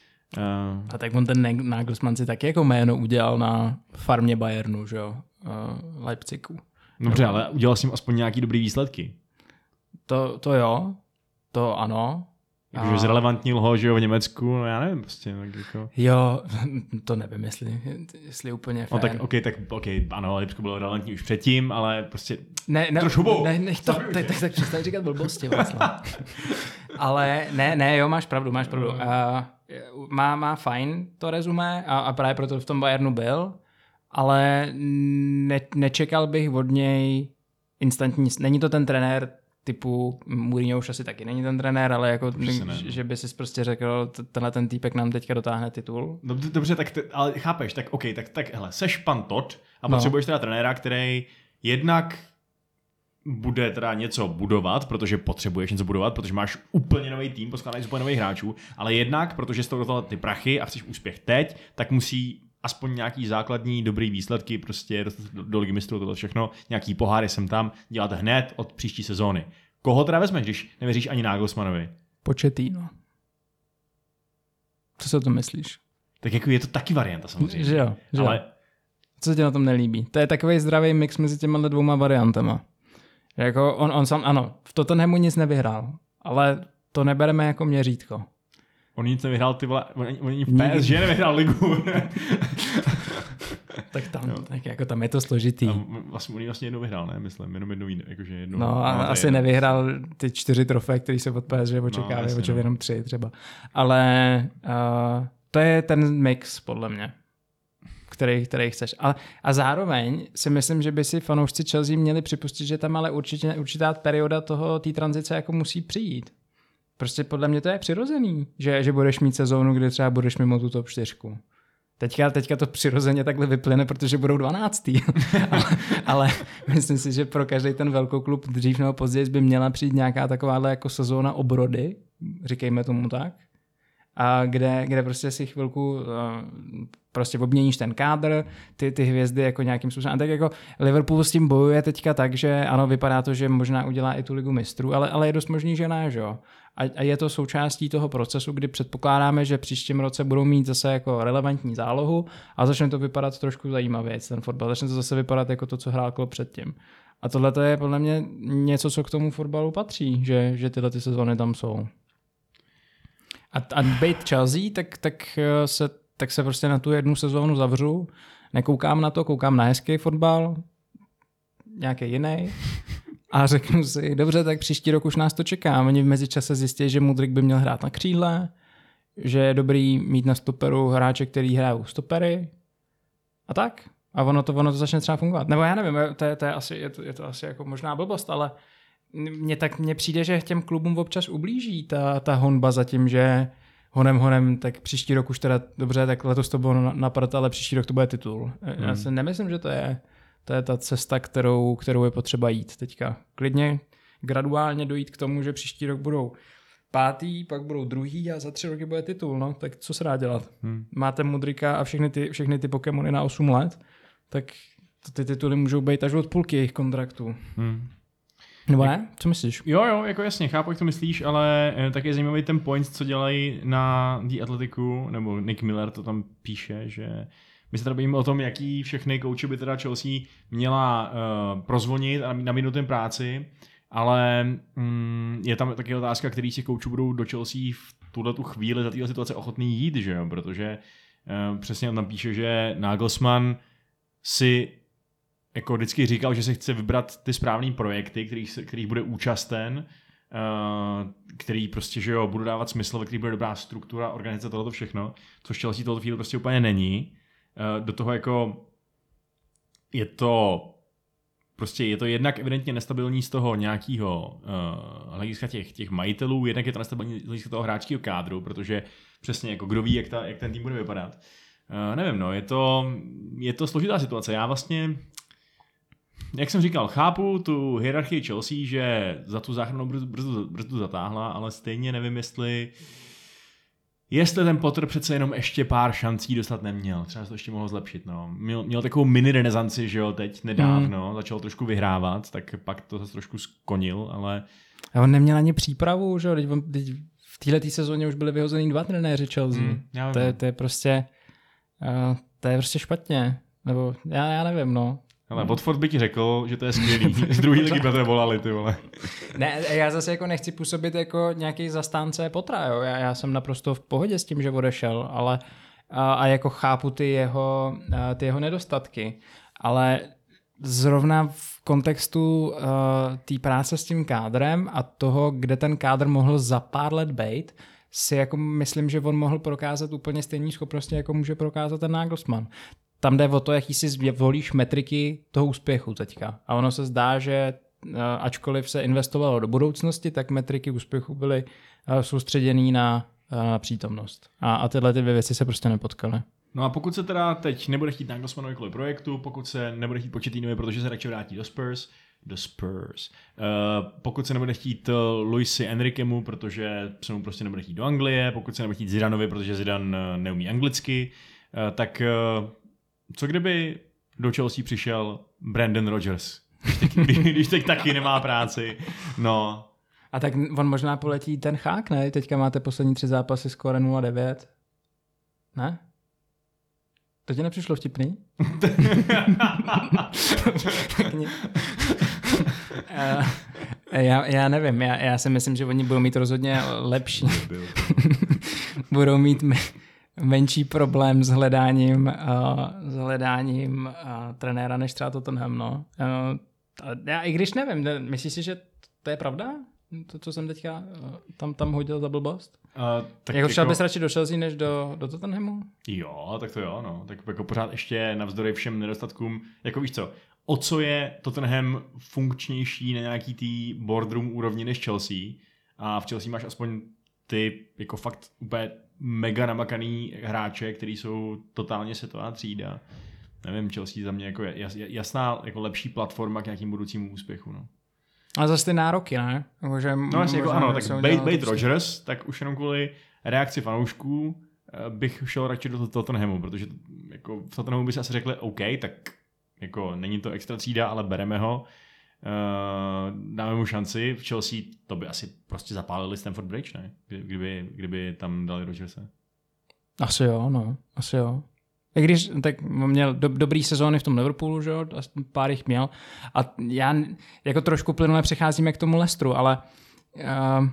B: Uh, a tak on ten Nagelsmann si taky jako jméno udělal na farmě Bayernu, že jo, uh, Leipzigu.
A: Dobře, ale udělal s ním aspoň nějaký dobrý výsledky.
B: To, to jo, to ano.
A: Jakože a... zrelevantnil ho, že jo, v Německu, no já nevím prostě. Tak jako...
B: Jo, to nevím, jestli, jestli úplně
A: no, tak, okay, tak ok, ano, Lipsko bylo relevantní už předtím, ale prostě
B: ne, ne,
A: trošku
B: ne, nech to, tak, tak, tak přestaň říkat blbosti vlastně. Ale ne, ne, jo, máš pravdu, máš pravdu. Uh, má, má fajn to rezumé a, a právě proto v tom Bayernu byl, ale ne, nečekal bych od něj instantní, není to ten trenér typu Mourinho už asi taky není ten trenér, ale jako, ne, že by si prostě řekl, tenhle ten týpek nám teďka dotáhne titul.
A: Dobře, dobře tak te, ale chápeš, tak OK, tak, tak hele, seš pan Todd a potřebuješ no. teda trenéra, který jednak bude teda něco budovat, protože potřebuješ něco budovat, protože máš úplně nový tým, poskládaný z úplně nových hráčů, ale jednak, protože jsi to dostal ty prachy a chceš úspěch teď, tak musí aspoň nějaký základní dobrý výsledky, prostě do, do ligy mistrů, tohle všechno, nějaký poháry sem tam, dělat hned od příští sezóny. Koho teda vezmeš, když nevěříš ani Nagelsmannovi?
B: Pochettino. Co si o tom myslíš?
A: Tak jako je to taky varianta samozřejmě.
B: Že jo, že
A: ale...
B: jo. Co se ti na tom nelíbí? To je takový zdravý mix mezi těma dvouma variantama. Jako on, on sám, ano, v Tottenhamu nic nevyhrál, ale to nebereme jako měřítko.
A: On nic nevyhrál, ty vole, on, on v P S G nevyhrál ligu.
B: Tak tam, no. tak jako tam je to složitý.
A: A vlastně on vlastně jednou vyhrál, ne? Myslím, jenom jednou, jakože jednou.
B: No a no, asi jednou. Nevyhrál ty čtyři trofeje, který se od P S G očekávají, no, očekávají jenom tři třeba. Ale uh, to je ten mix, podle mě. Který, který chceš. A, a zároveň si myslím, že by si fanoušci Chelsea měli připustit, že tam ale určitě, určitá perioda toho, té tranzice jako musí přijít. Prostě podle mě to je přirozený, že, že budeš mít sezónu, kdy třeba budeš mimo tu top čtyřku. Teďka, teďka to přirozeně takhle vyplyne, protože budou dvanáctý. ale, ale myslím si, že pro každý ten velkou klub dřív nebo později by měla přijít nějaká takováhle jako sezóna obrody, říkejme tomu tak, a kde, kde prostě si chvilku uh, prostě obměníš ten kádr, ty, ty hvězdy jako nějakým způsobem. A tak jako Liverpool s tím bojuje teďka tak, že ano, vypadá to, že možná udělá i tu ligu mistrů, ale, ale je dost možný, že ne, že jo. A, a je to součástí toho procesu, kdy předpokládáme, že příštím roce budou mít zase jako relevantní zálohu a začne to vypadat trošku zajímavě, ten fotbal. Začne to zase vypadat jako to, co hrál Klopp předtím. A tohle je podle mě něco, co k tomu fotbalu patří, že, že tyhle ty sezóny tam jsou. A, a být Chelsea, tak, tak, se, tak se prostě na tu jednu sezónu zavřu, nekoukám na to, koukám na hezký fotbal, nějaký jiný a řeknu si, dobře, tak příští rok už nás to čeká. Oni v mezičase zjistí, že Mudryk by měl hrát na křídle, že je dobrý mít na stoperu hráče, který hrajou stopery a tak. A ono to, ono to začne třeba fungovat. Nebo já nevím, to je, to je, asi, je, to, je to asi jako možná blbost, ale mně tak mně přijde, že těm klubům občas ublíží ta, ta honba za tím, že honem honem, tak příští rok už teda dobře, tak letos to bylo na, na prd, ale příští rok to bude titul. Hmm. Já si nemyslím, že to je, to je ta cesta, kterou, kterou je potřeba jít teďka. Klidně graduálně dojít k tomu, že příští rok budou pátý, pak budou druhý a za tři roky bude titul. No, tak co se dá dělat? Hmm. Máte Mudryka a všechny ty, všechny ty Pokémony na osm let, tak ty tituly můžou být až od půlky jejich kontraktů. Hmm. Nebo ne? Co myslíš?
A: Jo, jo, jako jasně, chápu, jak to myslíš, ale tak je zajímavý ten point, co dělají na The Athleticu, nebo Nick Miller to tam píše, že my se tady bavíme o tom, jaký všechny kouči by teda Chelsea měla uh, prozvonit a nabídnout jim práci, ale mm, je tam taky otázka, který si koučů budou do Chelsea v tuhle tu chvíli za této situace ochotný jít, že jo, protože uh, přesně on tam píše, že Nagelsmann si jako vždycky říkal, že se chce vybrat ty správný projekty, kterých, kterých bude účasten, uh, který prostě, že jo, budou dávat smysl, ve kterých bude dobrá struktura, organizace, tohoto všechno, což Chelsea tohoto chvíli prostě úplně není. Uh, do toho jako je to prostě je to jednak evidentně nestabilní z toho nějakého uh, hlediska těch, těch majitelů, jednak je to nestabilní z hlediska toho hráčského kádru, protože přesně jako kdo ví, jak, ta, jak ten tým bude vypadat. Uh, nevím, no, je to, je to složitá situace. Já vlastně jak jsem říkal, chápu tu hierarchii Chelsea, že za tu záchrannou brzdu, brzdu, brzdu zatáhla, ale stejně nevím, jestli jestli ten Potter přece jenom ještě pár šancí dostat neměl. Třeba se to ještě mohlo zlepšit. No. Měl, měl takovou mini renesanci, že jo, teď nedávno, hmm. začal trošku vyhrávat, tak pak to zase trošku skonil, ale...
B: A on neměl ani přípravu, že jo, teď, teď v této sezóně už byli vyhozený dva trenéři Chelsea. Hmm, to, je, to je prostě uh, to je prostě špatně. Nebo já, já nevím, no.
A: Ale Watford by ti řekl, že to je skvělý. Z druhé ligy by to volali, ty vole.
B: Ne, já zase jako nechci působit jako nějaký zastánce Pottera, jo. Já, já jsem naprosto v pohodě s tím, že odešel, ale a, a jako chápu ty jeho, ty jeho nedostatky. Ale zrovna v kontextu uh, té práce s tím kádrem a toho, kde ten kádr mohl za pár let bejt, si jako myslím, že on mohl prokázat úplně stejné schopnosti, jako může prokázat ten Nagelsmann. Tam jde o to, jaký si volíš metriky toho úspěchu teďka. A ono se zdá, že ačkoliv se investovalo do budoucnosti, tak metriky úspěchu byly soustředěný na, na přítomnost. A, a tyhle ty dvě věci se prostě nepotkaly.
A: No a pokud se teda teď nebude chtít Nagelsmannovi kvůli projektu, pokud se nebude chtít Pochettinovi, protože se radši vrátí do Spurs, do Spurs. Uh, pokud se nebude chtít Luisi Enriquemu, protože se mu prostě nebude chtít do Anglie, pokud se nebude chtít Zidanovi, protože Zidane neumí anglicky, uh, tak uh, co kdyby do Chelsea přišel Brendan Rodgers, když teď, když teď taky nemá práci. No.
B: A tak on možná poletí ten chák, ne? Teďka máte poslední tři zápasy skóre nula devět. Ne? To ti nepřišlo vtipný? já, já nevím, já, já si myslím, že oni budou mít rozhodně lepší. budou mít me, menší problém s hledáním, uh, s hledáním uh, trenéra než třeba Tottenham. No. Uh, já i když nevím, myslíš si, že to je pravda? To, co jsem teďka uh, tam, tam hodil za blbost? Uh, tak jako šel bys radši do Chelsea než do, do Tottenhamu?
A: Jo, tak to jo, no. Tak jako pořád ještě navzdory všem nedostatkům, jako víš co, o co je Tottenham funkčnější na nějaký tý boardroom úrovni než Chelsea, a v Chelsea máš aspoň ty jako fakt úplně mega namakaný hráče, který jsou totálně světová třída. Nevím, Chelsea za mě jako jas, jasná jako lepší platforma k nějakým budoucímu úspěchu, no.
B: A zase ty nároky, ne? Jako, že
A: no vlastně jako ano, tak bejt, bejt Rodgers, tak už jenom kvůli reakci fanoušků bych šel radši do Tottenhamu, protože jako v Tottenhamu by se asi řekli OK, tak jako není to extra třída, ale bereme ho, uh, dáme mu šanci. V Chelsea to by asi prostě zapálili Stamford Bridge, ne? Kdyby, kdyby tam dali Rodgerse.
B: Asi jo, no, asi jo. I když tak měl do, dobrý sezóny v tom Liverpoolu, že jo, pár jich měl. A já jako trošku plynule přecházíme k tomu Leicesteru, ale uh,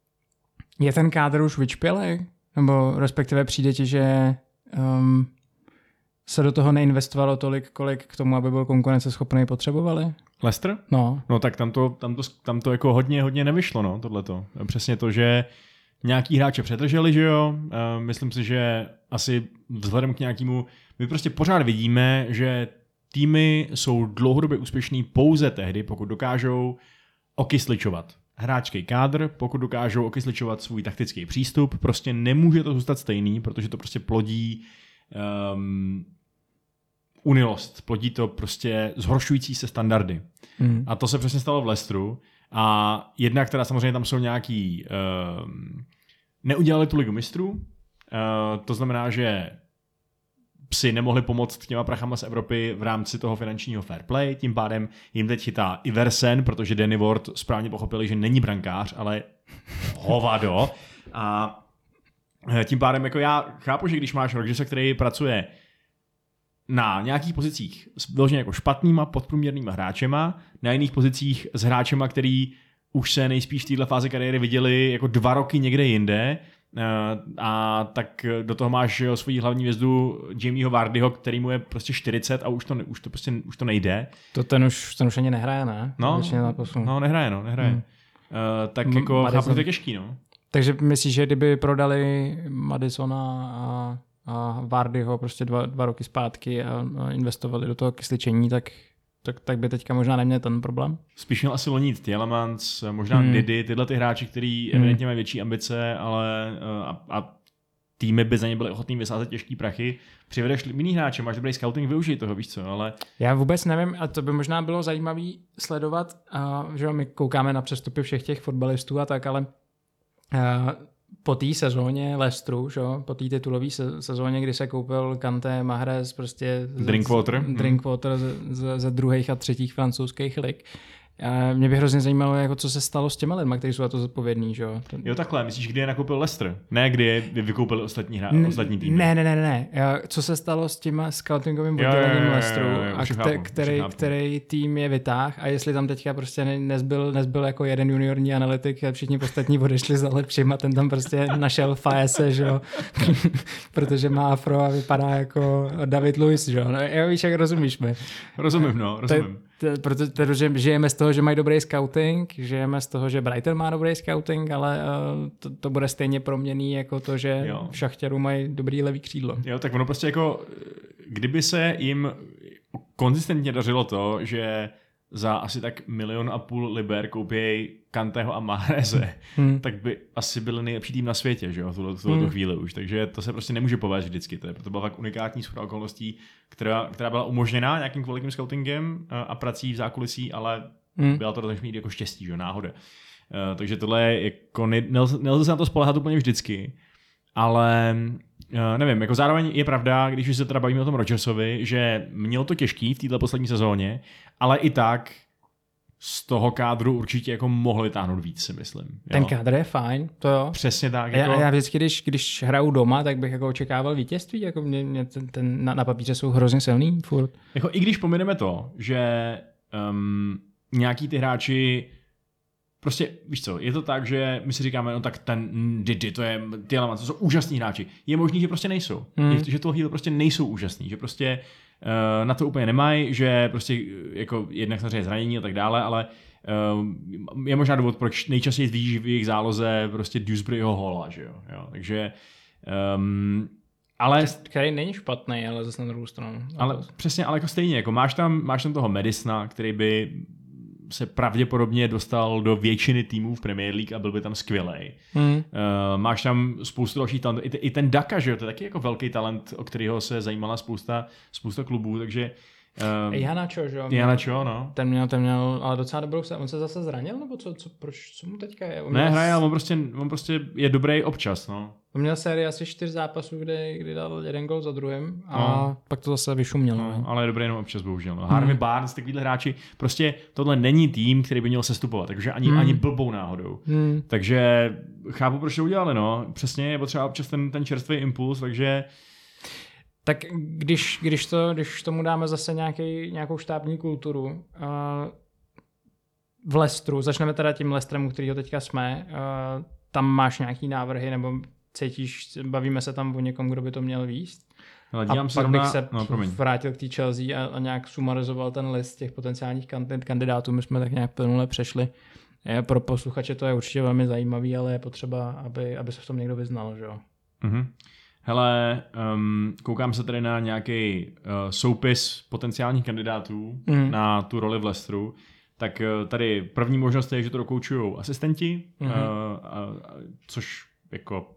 B: je ten kádr už vyčpělej? Nebo respektive přijde ti, že um, se do toho neinvestovalo tolik, kolik k tomu, aby byl konkurenceschopný, potřebovali?
A: Leicester?
B: No.
A: No tak tam to, tam to, tam to jako hodně, hodně nevyšlo, no, tohleto. Přesně to, že nějaký hráče přetrželi, že jo. Uh, myslím si, že asi vzhledem k nějakému, my prostě pořád vidíme, že týmy jsou dlouhodobě úspěšný pouze tehdy, pokud dokážou okysličovat hráčský kádr, pokud dokážou okysličovat svůj taktický přístup. Prostě nemůže to zůstat stejný, protože to prostě plodí um, unilost, plodí to prostě zhoršující se standardy. Mm. A to se přesně stalo v Leicesteru. A jednak teda samozřejmě tam jsou nějaký um, neudělali tu ligu mistrů, uh, to znamená, že psi nemohli pomoct těma prachama z Evropy v rámci toho finančního fair play, tím pádem jim teď chytá Iversen, protože Danny Ward správně pochopili, že není brankář, ale hovado. A tím pádem jako já chápu, že když máš Rodgersa, který pracuje na nějakých pozicích s vyloženě jako špatnýma podprůměrnýma hráčema, na jiných pozicích s hráčema, který už se nejspíš v této fázi kariéry viděli jako dva roky někde jinde, a tak do toho máš svoji hlavní hvězdu Jamieho Vardyho, který mu je prostě čtyřicet a už to, už to prostě už to nejde.
B: To ten už, ten už ani nehraje, ne?
A: No, no nehraje, no, nehraje. Hmm. Uh, tak M- jako Madison. Chápu, to je těžký, no.
B: Takže myslíš, že kdyby prodali Madisona a, a Vardyho prostě dva, dva roky zpátky a, a investovali do toho kysličení, tak Tak, tak by teďka možná neměl ten problém?
A: Spíš měl asi lonit Tielemans, možná hmm. Didi, tyhle ty hráči, kteří hmm. evidentně mají větší ambice, ale a, a týmy by za ně byly ochotný vysázet těžký prachy. Přivedeš jiný hráče, máš dobrý scouting, využij toho, víš co, ale...
B: Já vůbec nevím, a to by možná bylo zajímavé sledovat, uh, že my koukáme na přestupy všech těch fotbalistů a tak, ale uh, po té sezóně Leicesteru, že? Po té titulové sezóně, kdy se koupil Kanté, Mahrez, prostě
A: Drinkwater,
B: z, Drinkwater ze, ze, ze druhých a třetích francouzských lig. A mě by hrozně zajímalo, jako co se stalo s těma lidma, kteří jsou za to zodpovědní, že jo?
A: Jo, takhle, myslíš, kdy je nakoupil Leicester? Ne, kdy je vykoupil ostatní, hra, ostatní týmy?
B: Ne, ne, ne, ne. Co se stalo s těma scoutingovým oddělením Leicesteru a kte, chápu, který, který tým je vytáh a jestli tam teďka prostě nezbyl, nezbyl jako jeden juniorní analytik a všichni ostatní odešli za lepším a ten tam prostě našel Faese, že jo? Protože má afro a vypadá jako David Luiz, že jo? No, jo, víš, jak rozumíš mi.
A: Rozumím, no, rozumím.
B: Protože žijeme z toho, že mají dobrý scouting, žijeme z toho, že Brighton má dobrý scouting, ale uh, to, to bude stejně proměnný jako to, že jo. V Šachtěru mají dobrý levý křídlo.
A: Jo, tak ono prostě jako, kdyby se jim konzistentně dařilo to, že za asi tak milion a půl liber koupějí Kanteho a Mahreze, hmm. tak by asi byli nejlepší tým na světě, že jo, v tuto hmm. chvíli už. Takže to se prostě nemůže povést vždycky. To, je, to byla tak unikátní shoda okolností, která, která byla umožněná nějakým kvalitním scoutingem a prací v zákulisí, ale hmm. byla to do mít jako štěstí, že jo, náhoda. Uh, takže tohle je jako, nelze, nelze se na to spoléhat úplně vždycky, ale uh, nevím, jako zároveň je pravda, když se teda bavíme o tom Rodgersovi, že měl to těžký v této poslední sezóně, ale i tak z toho kádru určitě jako mohli táhnout víc, si myslím. Jo.
B: Ten kádr je fajn, to jo.
A: Přesně tak.
B: Jako...
A: Já,
B: já vždycky, když, když hraju doma, tak bych jako očekával vítězství, jako mě, mě ten, ten, na, na papíře jsou hrozně silný furt.
A: Jako i když pomineme to, že um, nějaký ty hráči prostě, víš co, je to tak, že my si říkáme, no tak ten Didi, to je, ty Lemans, to jsou úžasní hráči. Je možný, že prostě nejsou. Hmm. Je, že tohle prostě nejsou úžasní, že prostě uh, na to úplně nemají, že prostě jako jednak samozřejmě zranění a tak dále, ale uh, je možná důvod, proč nejčastěji vidíš v jejich záloze prostě Dewsburyho Halla, že jo. jo takže um, ale,
B: který není špatný, ale zase na druhou stranu.
A: Ale to... přesně, ale jako stejně, jako máš tam, máš tam toho Madisona, který by se pravděpodobně dostal do většiny týmů v Premier League a byl by tam skvělej. Hmm. Uh, máš tam spoustu dalších talentů. I, I ten Daka, že jo, to je taky jako velký talent, o kterého se zajímala spousta, spousta klubů, takže... Uh,
B: Janačo, že jo?
A: Janačo, no.
B: Ten měl, ten měl, ale docela dobrou se, on se zase zranil, nebo co, co proč, co mu teďka je? On
A: ne,
B: měl...
A: hraje, ale on prostě, on prostě je dobrý občas, no.
B: On měl sérii asi čtyř zápasů, kdy, kdy dal jeden gol za druhým a no. pak to zase vyšuměl.
A: No, ale je dobrý jenom občas, bohužel. No. Harvey hmm. Barnes, takovýhle hráči, prostě tohle není tým, který by měl sestupovat, takže ani, hmm. ani blbou náhodou. Hmm. Takže chápu, proč to udělali, no. Přesně je potřeba občas ten, ten čerstvý impuls, takže...
B: Tak když, když, to, když tomu dáme zase nějaký, nějakou štábní kulturu, uh, v Leicesteru, začneme teda tím Leicesterem, u kterého teďka jsme, uh, tam máš nějaký návrhy, nebo cítíš, bavíme se tam o někom, kdo by to měl víct?
A: Ale
B: a pak
A: zrovna...
B: bych se
A: no,
B: vrátil k té Chelsea a, a nějak sumarizoval ten list těch potenciálních kandidátů, my jsme tak nějak plnule přešli. Je, pro posluchače to je určitě velmi zajímavý, ale je potřeba, aby, aby se v tom někdo vyznal, že jo?
A: Mhm. Hele, um, koukám se tady na nějaký uh, soupis potenciálních kandidátů mm. na tu roli v Leicesteru. Tak uh, tady první možnost je, že to dokoučují asistenti, mm-hmm. uh, uh, což jako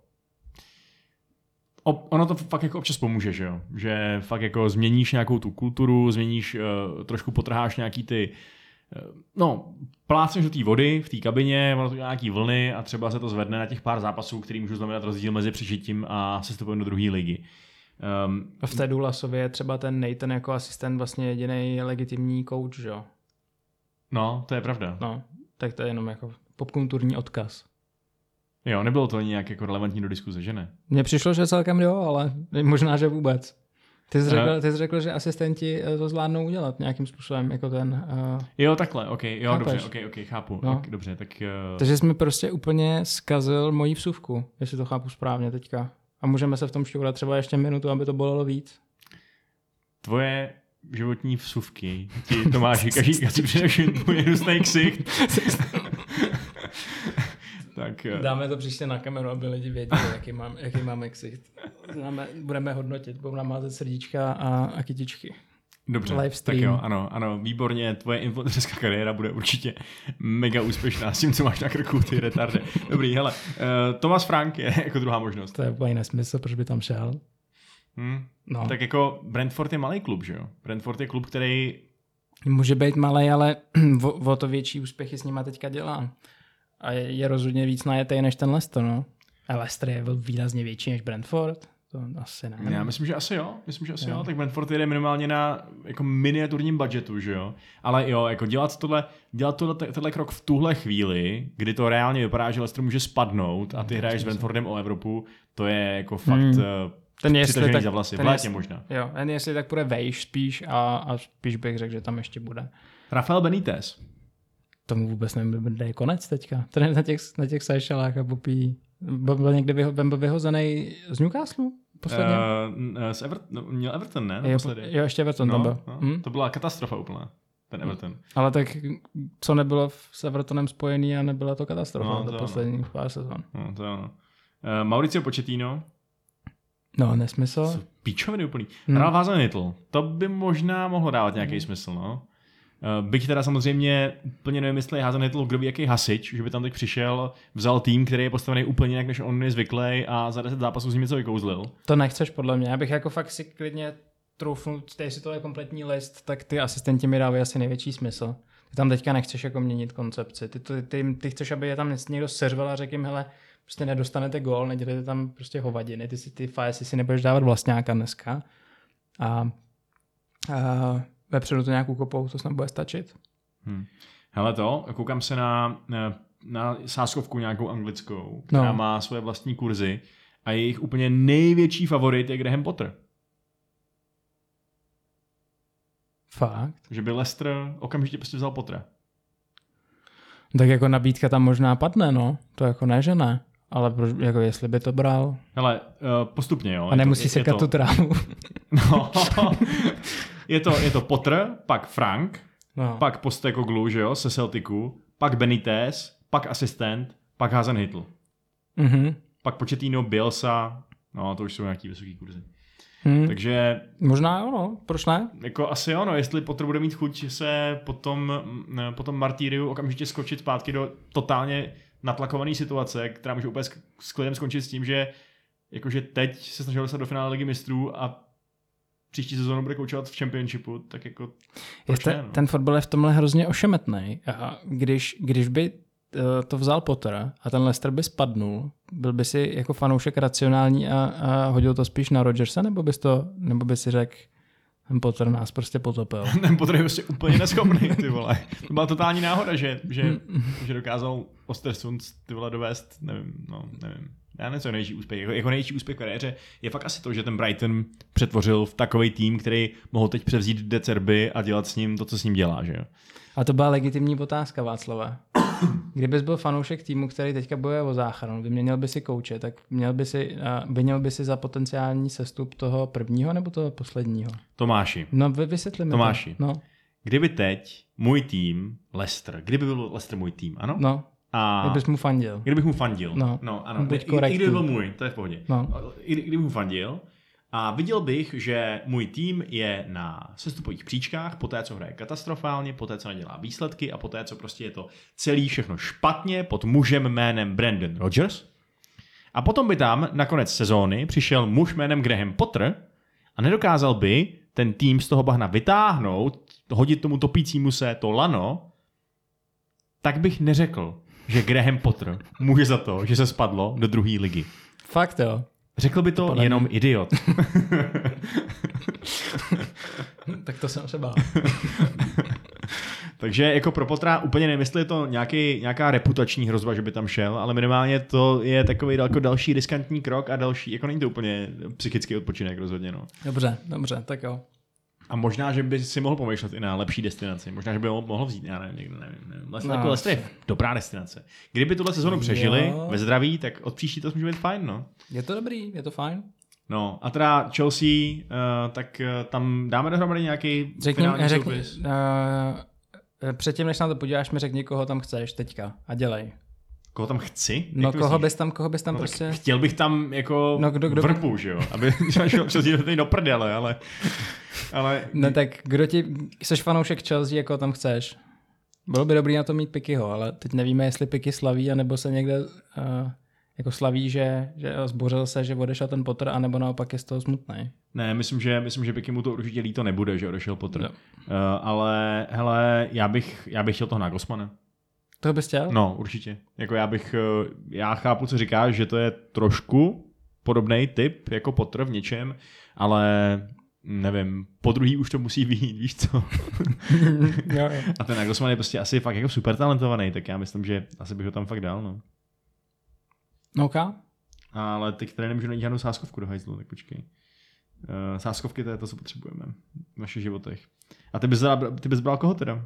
A: o, ono to fakt jako občas pomůže, že jo? Že fakt jako změníš nějakou tu kulturu, změníš, uh, trošku potrháš nějaký ty no, plácneš do té vody v té kabině, ono to nějaký vlny a třeba se to zvedne na těch pár zápasů, který můžou znamenat rozdíl mezi přežitím a sestupujem do druhé ligy. Um,
B: v té Doulasově je třeba ten Nathan jako asistent vlastně jediný legitimní coach, že jo?
A: No, to je pravda.
B: No, tak to je jenom jako popkulturní odkaz.
A: Jo, nebylo to nějak jako relevantní do diskuze, že ne?
B: Mně přišlo, že celkem jo, ale možná, že vůbec. Ty jsi, řekl, ty jsi řekl, že asistenti to zvládnou udělat nějakým způsobem, jako ten... Uh...
A: Jo, takhle, ok, jo, chápeš? Dobře, ok, ok, chápu, no. Okay, dobře, tak... Uh...
B: Takže jsi mi prostě úplně zkazil moji vsuvku, jestli to chápu správně teďka. A můžeme se v tom šťourat třeba ještě minutu, aby to bolelo víc.
A: Tvoje životní vsuvky ti Tomáši, každý, každý přineším tvůj hnusnej ksicht. Tak,
B: dáme to příště na kameru, aby lidi věděli, jaký, mám, jaký máme ksicht. Známe, budeme hodnotit, budeme namázet srdíčka a, a kytičky.
A: Dobře, tak jo, ano, ano, výborně, tvoje influencerská kariéra bude určitě mega úspěšná s tím, co máš na krku, ty retarde. Dobrý, hele, uh, Thomas Frank je jako druhá možnost.
B: To je úplně nesmysl, proč by tam šel.
A: Hmm. No. Tak jako Brentford je malý klub, že jo? Brentford je klub, který...
B: Může být malý, ale o, o to větší úspěchy s nima teďka dělá. A je, je rozhodně víc najetej než ten Leicester, no. A Leicester je výrazně větší než Brentford. To asi ne.
A: Já myslím, že asi jo. Myslím, že asi jo. jo. Tak Brentford jede minimálně na jako miniaturním budgetu, že jo. Ale jo, jako dělat tohle, dělat tohle, tohle krok v tuhle chvíli, kdy to reálně vypadá, že Leicester může spadnout a ty hraješ s Brentfordem o Evropu, to je jako fakt hmm.
B: ten jestli tak,
A: za vlasy.
B: Ten
A: v létě
B: jestli,
A: možná.
B: Jo, ten jestli tak půjde vejš spíš a, a spíš bych řekl, že tam ještě bude.
A: Rafael Benitez.
B: Tomu vůbec nevím, kde je konec teďka. Ten na těch, na těch Seychelách a popí. Byl někdy vyho, byl vyhozený z Newcastle? Posledně?
A: Uh, z Everton, no, měl Everton, ne?
B: Jo, jo, ještě Everton
A: no,
B: tam byl.
A: No,
B: hm?
A: To byla katastrofa úplná, ten Everton.
B: Ale tak co nebylo s Evertonem spojený a nebyla to katastrofa
A: no,
B: to, to posledních pár sezon.
A: No, to ano. Uh, Mauricio Pochettino.
B: No, nesmysl.
A: Píčoviny úplný. Hmm. Hrál Hasenhüttl. To by možná mohlo dávat nějaký hmm. smysl, no. Byť teda samozřejmě úplně nevím, jestli Hasenhüttl, kdo ví, jaký hasič, že by tam teď přišel, vzal tým, který je postavený úplně jinak, než on je zvyklý a za deset zápasů z ním něco vykouzlil.
B: To nechceš podle mě, já bych jako fakt si klidně troufnul, jestli to je kompletní list, tak ty asistenti mi dávají asi největší smysl. Ty tam teďka nechceš jako měnit koncepci. Ty, ty, ty, ty chceš, aby je tam někdo seřval a řekl jim, hele, prostě nedostanete gól, nedělejte tam prostě hovadiny, ty si ty fajsy si nebudeš dávat vlastňáka dneska. A, a vepředu to nějakou kopou, to snad bude stačit.
A: Hmm. Hele to, koukám se na, na sázkovku nějakou anglickou, která no. má svoje vlastní kurzy a jejich úplně největší favorit je Graham Potter.
B: Fakt?
A: Že by Leicester okamžitě prostě vzal Pottera.
B: Tak jako nabídka tam možná padne, no. To jako ne, že ne. Ale jako jestli by to bral.
A: Hele, uh, postupně, jo.
B: A nemusí se sekat tu trávu.
A: No, je to, je to Potter, pak Frank, no. pak Postecoglou, že jo, se Celticu, pak Benitez, pak asistent, pak Hasenhüttl.
B: Mhm.
A: Pak Pochettino, Bielsa, no to už jsou nějaký vysoký kurzy.
B: Hmm.
A: Takže...
B: Možná jo, no. Proč ne?
A: Jako asi jo, no. Jestli Potter bude mít chuť se potom, potom martýriu okamžitě skočit zpátky do totálně natlakované situace, která může úplně s klidem skončit s tím, že jakože teď se snažil dostat do finále Ligy mistrů a příští sezónu bude koučovat v Championshipu, tak jako proč
B: ten,
A: ne, no?
B: Ten fotbal je v tomhle hrozně ošemetnej. A když, když by to vzal Potter a ten Leicester by spadnul, byl by si jako fanoušek racionální a, a hodil to spíš na Rodgersa, nebo bys to, nebo by si řekl, ten Potter nás prostě potopil.
A: Ten Potter je prostě úplně neschopný, ty vole. To byla totální náhoda, že, že, že dokázal Ostersund ty vole dovést, nevím, no, nevím. Já nevím, co je největší úspěch. Jako, jako největší úspěch v kariéře je fakt asi to, že ten Brighton přetvořil v takovej tým, který mohl teď převzít De Zerbi a dělat s ním to, co s ním dělá, že jo.
B: A to byla legitimní otázka, Václava. Kdybys byl fanoušek týmu, který teďka bojuje o záchranu, vyměnil by si kouče, tak měl by si, vyměnil by si za potenciální sestup toho prvního nebo toho posledního?
A: Tomáši.
B: No vy vysvětli mi
A: Tomáši.
B: To. No.
A: Kdyby teď můj tým, Leicester, kdyby byl Leicester můj tým, ano?
B: No. A kdybych mu fandil.
A: Kdybych mu fandil.
B: No,
A: no ano.
B: I,
A: I, I kdyby byl můj, to je v pohodě.
B: No.
A: I, I kdybych mu fandil a viděl bych, že můj tým je na sestupových příčkách, poté, co hraje katastrofálně, poté, co nedělá výsledky a poté, co prostě je to celý všechno špatně pod mužem jménem Brandon Rodgers. A potom by tam na konec sezóny přišel muž jménem Graham Potter a nedokázal by ten tým z toho bahna vytáhnout, hodit tomu topícímu se to lano, tak bych neřekl, že Graham Potter může za to, že se spadlo do druhé ligy.
B: Fakt jo.
A: Řekl by to Podle jenom mě. Idiot.
B: Tak to jsem se bál.
A: Takže jako pro Pottera úplně nevím, jestli je to nějaký, nějaká reputační hrozba, že by tam šel, ale minimálně to je takový daleko další riskantní krok a další, jako není to úplně psychický odpočinek rozhodně. No.
B: Dobře, dobře, tak jo.
A: A možná, že by si mohl pomýšlet i na lepší destinaci. Možná, že by ho mohl vzít, já nevím, někdo nevím. nevím. Leicester, no, jako Leicester je dobrá destinace. Kdyby tuhle sezonu přežili jo. ve zdraví, tak od příští to může být fajn, no.
B: Je to dobrý, je to fajn.
A: No a teda Chelsea, uh, tak uh, tam dáme dohromady nějaký
B: řekni,
A: finální
B: řekni,
A: soupis.
B: Uh, předtím, než na to podíváš, mi řekni, koho tam chceš teďka a dělej.
A: Koho tam chci?
B: No koho bys tam, koho bys tam
A: no,
B: prostě...
A: Chtěl bych tam jako no, kdo, kdo vrbu, by... že jo? Aby Chelsea tady do prdele, ale... ale...
B: No tak kdo ti... Jseš fanoušek Chelsea, jako tam chceš? Bylo by dobrý na to mít Pikyho, ale teď nevíme, jestli Piky slaví, anebo se někde uh, jako slaví, že, že zbořil se, že odešel ten Potter, anebo naopak je z toho smutný.
A: Ne, myslím, že, myslím, že Piky mu to určitě líto nebude, že odešel Potter. No. Uh, ale hele, já bych, já bych chtěl toho Nagelsmana.
B: To bys chtěl?
A: No, určitě. Jako já bych, já chápu, co říkáš, že to je trošku podobný typ jako Potter v něčem, ale nevím, po druhý už to musí vyjít, víš co?
B: jo, jo.
A: A ten Nagelsmann je prostě asi fakt jako super talentovaný, tak já myslím, že asi bych ho tam fakt dal, no.
B: OK.
A: Ale teď tady nemůžu najít žádnou sázkovku do hajzlu, tak počkej. Uh, sázkovky to je to, co potřebujeme v našich životech. A ty bys, bral, ty bys bral koho teda?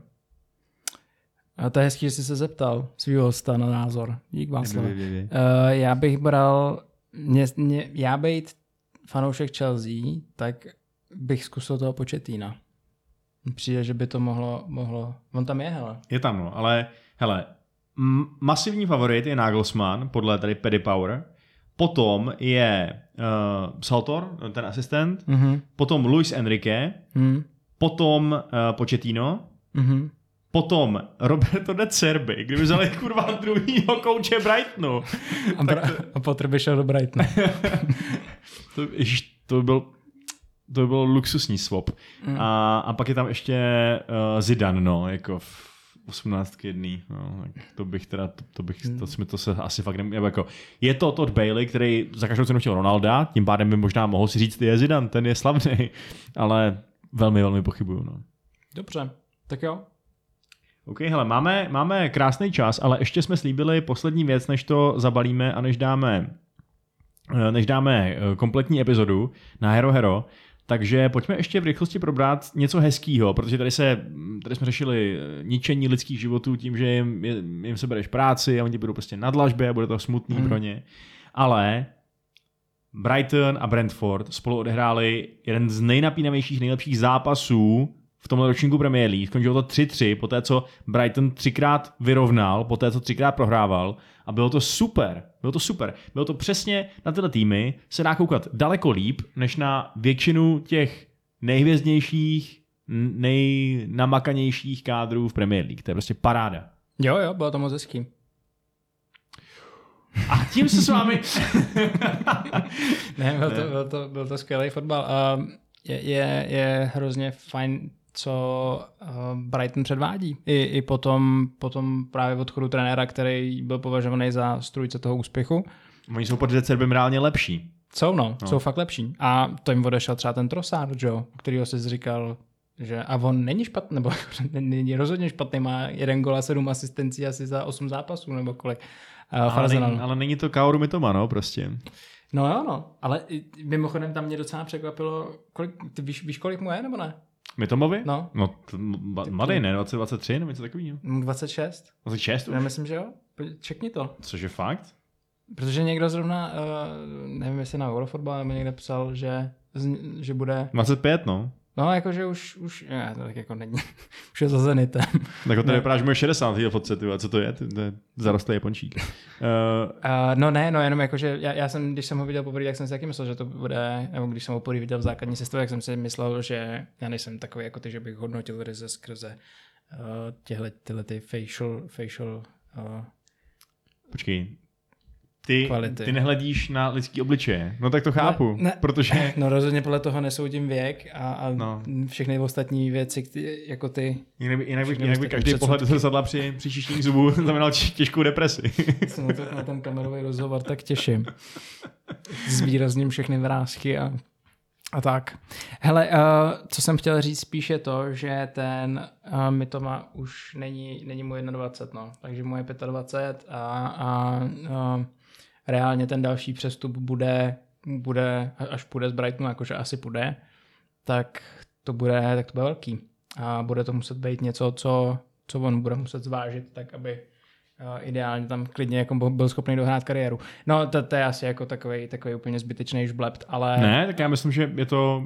B: A to je hezký, že jsi se zeptal svýho hosta na názor. Dík vám slovo. Uh, já bych bral, mě, mě, já bejt fanoušek Chelsea, tak bych zkusil toho Pochettina. Přijde, že by to mohlo, mohlo, on tam je, hele.
A: Je tam, no, ale hele, m- masivní favorit je Nagelsmann, podle tady Paddy Power, potom je uh, Saltor, ten asistent, mm-hmm. potom Luis Enrique, mm. potom uh, Pochettino,
B: Mm-hmm.
A: Potom Roberto De Zerbi, kdyby vzali kurva druhýho kouče Brightonu.
B: A, bra- to... a Potter by šel do Brightonu.
A: to, to by byl to by byl luxusní swap. Mm. A, a pak je tam ještě uh, Zidane, no, jako v osmnáctky jedný, no, to bych teda, to, to bych, to, to, to se asi fakt nem, jako, je to Todd Bailey, který za každou cenu chtěl Ronalda, tím pádem by možná mohl si říct, je Zidane, ten je slavný, ale velmi, velmi pochybuju, no.
B: Dobře, tak jo.
A: OK, hele, máme, máme krásný čas, ale ještě jsme slíbili poslední věc, než to zabalíme a než dáme, než dáme kompletní epizodu na Hero Hero, takže pojďme ještě v rychlosti probrat něco hezkýho, protože tady, se, tady jsme řešili ničení lidských životů tím, že jim, jim se bereš práci a oni budou prostě na dlažbě a bude to smutný hmm. pro ně. Ale Brighton a Brentford spolu odehráli jeden z nejnapínavějších, nejlepších zápasů v tomhle ročníku Premier League. Skončilo to tři tři, poté co Brighton třikrát vyrovnal, poté co třikrát prohrával a bylo to super. Bylo to super. Bylo to přesně na tyhle týmy se dá koukat daleko líp, než na většinu těch nejhvězdnějších, nejnamakanějších kádrů v Premier League. To je prostě paráda.
B: Jo, jo, bylo to moc hezký.
A: A tím se s vámi...
B: ne, byl to, byl to, byl to skvělý fotbal. Uh, je, je, je hrozně fajn, co uh, Brighton předvádí. I, i potom, potom právě odchodu trenéra, který byl považovaný za strůjce toho úspěchu.
A: Oni jsou pod De Zerbim reálně lepší.
B: Jsou, no, no. Jsou fakt lepší. A to jim odešel třeba ten Trossard, jo, kterýho jsi říkal, že a on není špatný, nebo není rozhodně špatný, má jeden gol a sedm asistencí asi za osm zápasů, nebo kolik. Uh,
A: ale, není, ale není to Kaoru Mitoma, no, prostě.
B: No jo, no, ale mimochodem tam mě docela překvapilo, kolik, ty víš, víš, kolik mu je, nebo ne?
A: Mitomovi?
B: No.
A: No, mladý, ne? dvacet dvacet tři nebo něco takového?
B: dvacet šest.
A: dvacet šest už?
B: Já myslím, že jo. Čekni to.
A: Cože fakt?
B: Protože někdo zrovna, uh, nevím, jestli na Eurofotbal, nebo někde psal, že, že bude...
A: dvacet pět, no.
B: No, jakože už, už, ne, to tak jako není, už je za Zenitem.
A: Tak to vypadá, že můj šedesát týhle fotce, ty, co to je? To je zarostlý Japončík. Uh,
B: uh, no ne, no jenom jakože, já, já jsem, když jsem ho viděl poprvé, tak jsem si taky myslel, že to bude, nebo když jsem ho poprvé viděl v základní sestavě, tak jsem si myslel, že já nejsem takový jako ty, že bych hodnotil ryze skrze uh, těhle, tyhle ty facial, facial uh,
A: Počkej. Ty, ty nehledíš na lidský obličeje. No tak to chápu,
B: ne, ne,
A: protože...
B: No rozhodně podle toho nesoudím věk a, a
A: no.
B: všechny ostatní věci, ty, jako ty...
A: Jinak by, jinak by, jinak by každý pohled do zrcadla při, při čištění zubů znamenal těžkou depresi.
B: Se na, to, na ten kamerový rozhovor tak těším. Zvýrazním všechny vrásky a, a tak. Hele, uh, co jsem chtěl říct spíš je to, že ten uh, Mitoma už není, není mu dvacet jedna, no. Takže mu je dvacet pět a... a uh, reálně ten další přestup bude, bude, až půjde z Brightonu, jakože asi půjde, tak to bude, tak to bude velký. A bude to muset být něco, co, co on bude muset zvážit, tak aby uh, ideálně tam klidně jako byl schopný dohrát kariéru. No to, to je asi jako takový, takový úplně zbytečný žblept, ale...
A: Ne, tak já myslím, že je to,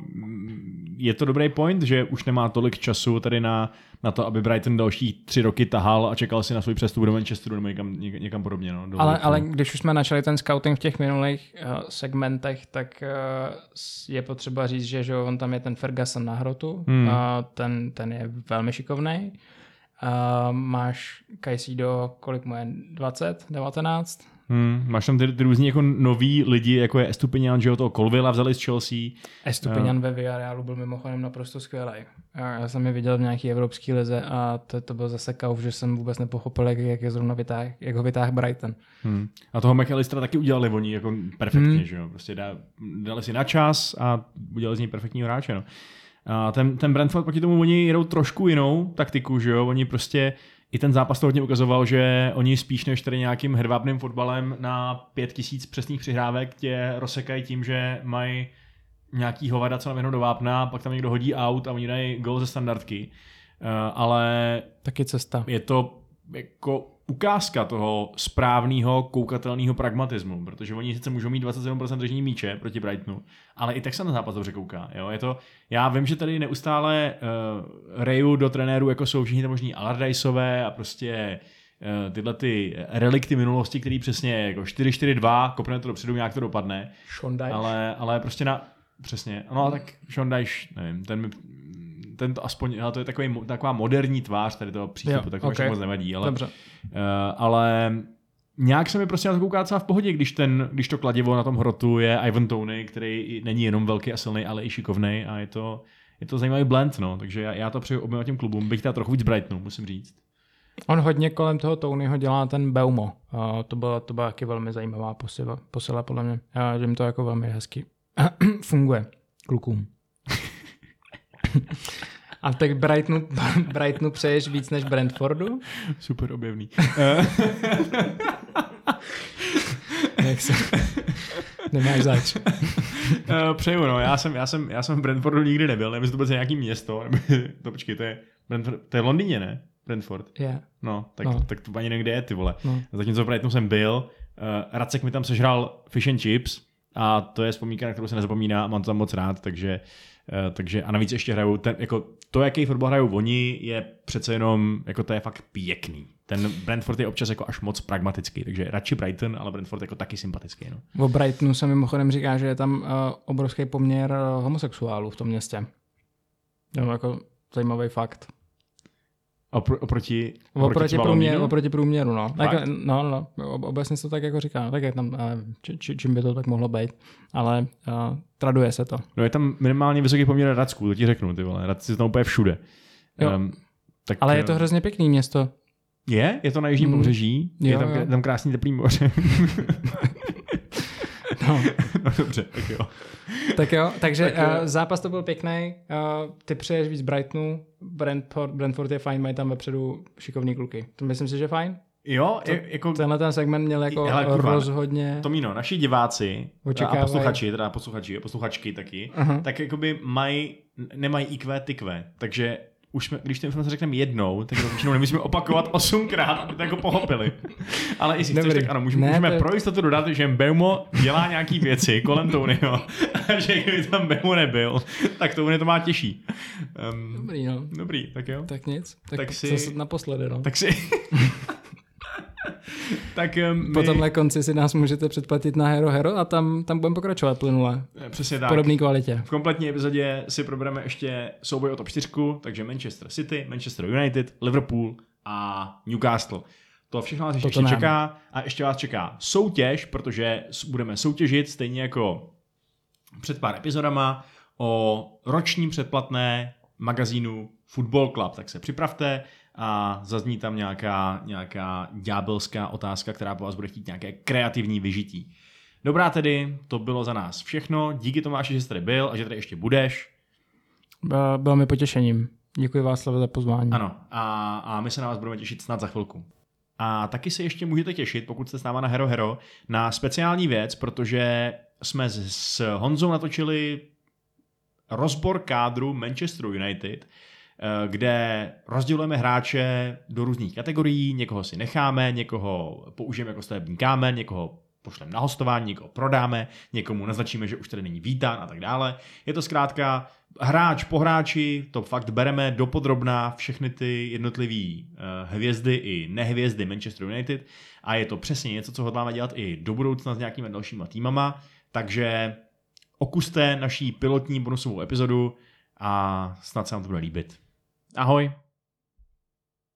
A: je to dobrý point, že už nemá tolik času tady na, na to, aby Brighton další tři roky tahal a čekal si na svůj přestup do Manchesteru nebo někam, někam podobně. No,
B: ale, ale když už jsme načali ten scouting v těch minulých uh, segmentech, tak uh, je potřeba říct, že, že on tam je ten Ferguson na hrotu, hmm. uh, ten, ten je velmi šikovnej. Uh, máš Caicedo, kolik mu je? dvacet, devatenáct?
A: Hmm, máš tam ty, ty různý jako noví lidi, jako je Estupinian, že ho toho Colvilla vzali z Chelsea.
B: Estupinian uh. ve Villarealu byl mimochodem naprosto skvělý. Já jsem je viděl v nějaký evropský lize a to, to byl zase kauf, že jsem vůbec nepochopil, jak, jak, je zrovna vytáh, jak ho vytáhl Brighton.
A: Hmm. A toho McAllistera taky udělali oni jako perfektně, hmm. že jo? Prostě dá, dali si na čas a udělali z něj perfektního hráče, no. A ten, ten Brentford proti tomu oni jedou trošku jinou taktiku, že jo? Oni prostě i ten zápas to hodně ukazoval, že oni spíš než tady nějakým hedvábným fotbalem na pět tisíc přesných přihrávek tě rozsekají tím, že mají nějaký hovada, co navěhnou do vápna, pak tam někdo hodí out a oni dají gól ze standardky. Uh, ale
B: taky cesta.
A: Je to jako ukázka toho správného koukatelného pragmatismu, protože oni sice můžou mít dvacet sedm procent držení míče proti Brightonu, ale i tak se na zápas dobře kouká. Jo? Je to, já vím, že tady neustále uh, reju do trenérů, jako jsou všichni možní Allardyceové a prostě uh, tyhle ty relikty minulosti, který přesně jako čtyři čtyři dva, kopne to dopředu, nějak to dopadne.
B: Sean Dyche.
A: Ale, ale prostě na, přesně, no tak Sean Dyche, nevím, ten mi tento aspoň, ale to je takový, taková moderní tvář tady toho přístupu, jo, tak to okay. moc nevadí, ale,
B: Dobře.
A: Uh, ale nějak se mi prostě na to kouká celá v pohodě, když, ten, když to kladivo na tom hrotu je Ivan Toney, který není jenom velký a silný, ale i šikovnej a je to, je to zajímavý blend, no, takže já, já to přeju oběma těm klubům, bych teda trochu víc Brightonu, musím říct.
B: On hodně kolem toho Toneyho dělá ten Beumo. Uh, to byla to byla taky velmi zajímavá posila, posila podle mě. Uh, že jim to jako velmi hezky funguje klukům. A tak Brightonu, Brightonu přeješ víc než Brentfordu?
A: Super objevný.
B: Jak se... Nemáš zač.
A: Přeju, no. Já jsem, já, jsem, já jsem v Brentfordu nikdy nebyl. Nevím, jestli to bude nějaký město. Nebo... to počkej, to je, Brentford, to je v Londýně, ne? Brentford.
B: Yeah.
A: No, tak,
B: no.
A: tak to ani někde je, ty vole.
B: No.
A: Zatímco v Brightonu jsem byl, uh, Racek mi tam sežral fish and chips a to je vzpomínka, na kterou se nezapomíná a mám to tam moc rád, takže, uh, takže a navíc ještě hrajou, ten, jako to, jaký fotbal hrajou oni, je přece jenom, jako to je fakt pěkný. Ten Brentford je občas jako až moc pragmatický, takže radši Brighton, ale Brentford jako taky sympatický. No.
B: O Brightonu se mimochodem říká, že je tam uh, obrovský poměr uh, homosexuálů v tom městě. No, jako zajímavý fakt.
A: Opr- oproti,
B: oproti, průměru, oproti průměru, no. Tak, no, no. Obecně se to tak jako říká, tak je tam, či, či, čím by to tak mohlo být, ale uh, traduje se to.
A: No je tam minimálně vysoký poměr Radsků, to ti řeknu, ty vole. Radci jsou tam úplně všude. Um, tak,
B: ale je to hrozně pěkný město.
A: Je? Je to na jižním mm. pobřeží? Je
B: jo,
A: tam,
B: jo.
A: tam krásný teplý moře.
B: no.
A: no dobře, tak jo.
B: Tak jo, takže tak, uh, zápas to byl pěkný. Uh, ty přeješ víc Brightonu, Brentford, Brentford je fajn, mají tam vepředu šikovný kluky. To myslím si, že fajn?
A: Jo,
B: to,
A: je, jako...
B: Tenhle ten segment měl jako hele, kurva, rozhodně...
A: Tomíno, naši diváci
B: očekávaj.
A: A posluchači, teda posluchači a posluchačky taky, uh-huh. tak jakoby mají, nemají í kvé, ty kvé, takže už jsme, když to informace řekneme jednou, tak to většinou nemusíme opakovat osmkrát, aby to jako pochopili. Ale jestli chceš, tak ano, můžeme, ne, můžeme to... pro jistotu dodat, že Beumo dělá nějaký věci kolem Toneyho a že kdyby tam Beumo nebyl, tak Toney to má těžší. Um,
B: dobrý, no.
A: Dobrý, tak jo.
B: Tak nic, tak,
A: tak
B: si...
A: si...
B: naposledy, no.
A: Tak si... tak um, my...
B: Po tomhle konci si nás můžete předplatit na Hero Hero a tam, tam budeme pokračovat plynule.
A: Přesně tak.
B: V podobné kvalitě.
A: V kompletní epizodě si probereme ještě souboj o top čtyři, takže Manchester City, Manchester United, Liverpool a Newcastle. To všechno vás ještě čeká a ještě vás čeká soutěž, protože budeme soutěžit stejně jako před pár epizodama o roční předplatné magazínu Football Club, tak se připravte a zazní tam nějaká, nějaká ďábelská otázka, která po vás bude chtít nějaké kreativní vyžití. Dobrá tedy, to bylo za nás všechno. Díky Tomáši, že jsi tady byl a že tady ještě budeš.
B: Bylo mi potěšením. Děkuji Václav za pozvání.
A: Ano, a, a my se na vás budeme těšit snad za chvilku. A taky se ještě můžete těšit, pokud jste s náma na Hero Hero, na speciální věc, protože jsme s, s Honzou natočili rozbor kádru Manchester United, kde rozdělujeme hráče do různých kategorií, někoho si necháme, někoho použijeme jako stavební kámen, někoho pošleme na hostování, někoho prodáme, někomu naznačíme, že už tady není vítán a tak dále. Je to zkrátka hráč po hráči, to fakt bereme dopodrobná všechny ty jednotlivé uh, hvězdy i nehvězdy Manchester United a je to přesně něco, co hodláme dělat i do budoucna s nějakými dalšíma týmama, takže okuste naší pilotní bonusovou epizodu a snad se vám to bude líbit. Ahoj!